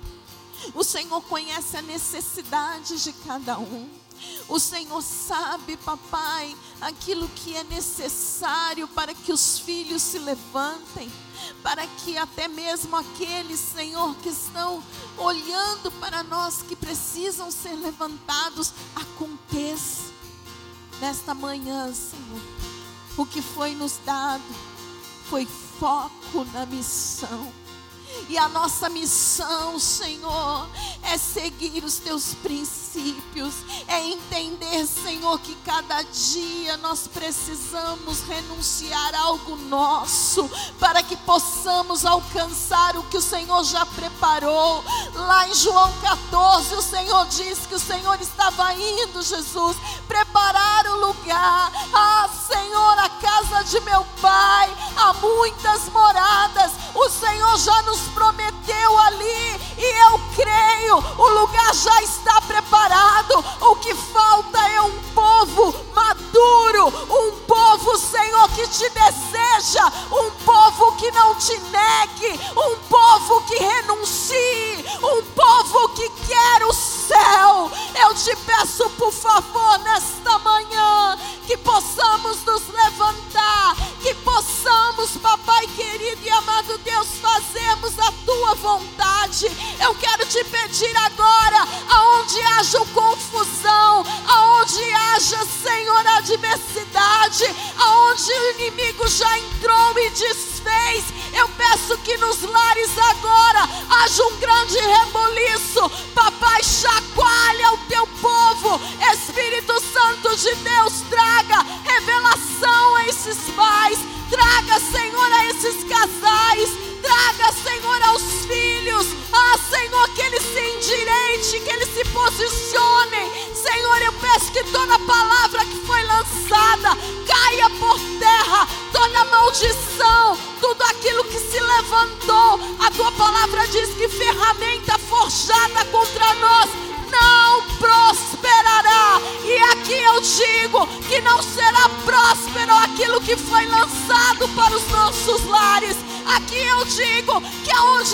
O Senhor conhece a necessidade de cada um. O Senhor sabe, papai, aquilo que é necessário para que os filhos se levantem, para que até mesmo aqueles, Senhor, que estão olhando para nós, que precisam ser levantados, aconteça. Nesta manhã, Senhor, o que foi nos dado foi foco na missão. E a nossa missão, Senhor, é seguir os Teus princípios, é entender, Senhor, que cada dia nós precisamos renunciar a algo nosso, para que possamos alcançar o que o Senhor já preparou. Lá em João 14, o Senhor disse que o Senhor estava indo, Jesus, preparar o lugar. Ah, Senhor, a casa de meu Pai há muitas moradas. O Senhor já nos prometeu ali, e eu creio, o lugar já está preparado. O que falta é um povo maduro, um povo, Senhor, que te deseja, um povo que não te negue, um povo que renuncie, um povo que quer o céu. Eu te peço, por favor, nesta manhã, que possamos nos levantar, que possamos, papai querido e amado Deus, fazermos a Tua vontade. Eu quero te pedir agora, aonde haja confusão, aonde haja, Senhor, adversidade, aonde o inimigo já entrou e desfez, eu peço que nos lares agora haja um grande reboliço. Papai, chacoalha o Teu povo. Espírito Santo de Deus, traga revelação a esses pais, traga, Senhor, a esses casais, traga, Senhor, aos filhos. Ah, Senhor, que eles se endireitem, que eles se posicionem. Senhor, eu peço que toda palavra que foi lançada caia por terra, toda maldição, tudo aquilo que se levantou. A Tua palavra diz que ferramenta forjada contra nós não prosperará. E aqui eu digo que não será próspero aquilo que foi lançado para os nossos lares. Aqui eu digo que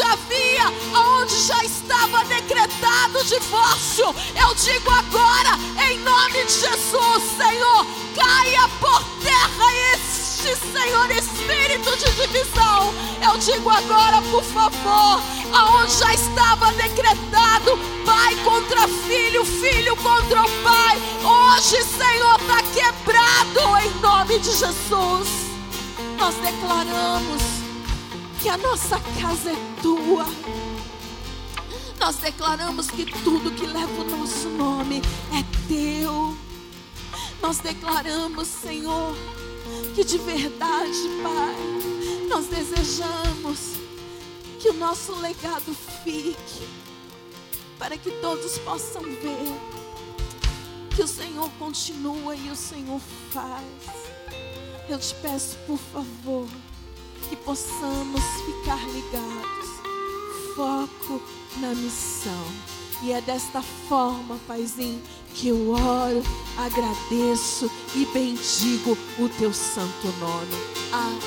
aonde já estava decretado divórcio, eu digo agora, em nome de Jesus, Senhor, caia por terra este, Senhor, espírito de divisão. Eu digo agora, por favor, aonde já estava decretado pai contra filho, filho contra o pai, hoje, Senhor, está quebrado em nome de Jesus. Nós declaramos que a nossa casa é Tua. Nós declaramos que tudo que leva o nosso nome é Teu. Nós declaramos, Senhor, que de verdade, Pai, nós desejamos que o nosso legado fique, para que todos possam ver que o Senhor continua e o Senhor faz. Eu te peço, por favor, que possamos ficar ligados, foco na missão. E é desta forma, Paizinho, que eu oro, agradeço e bendigo o Teu santo nome. Amém.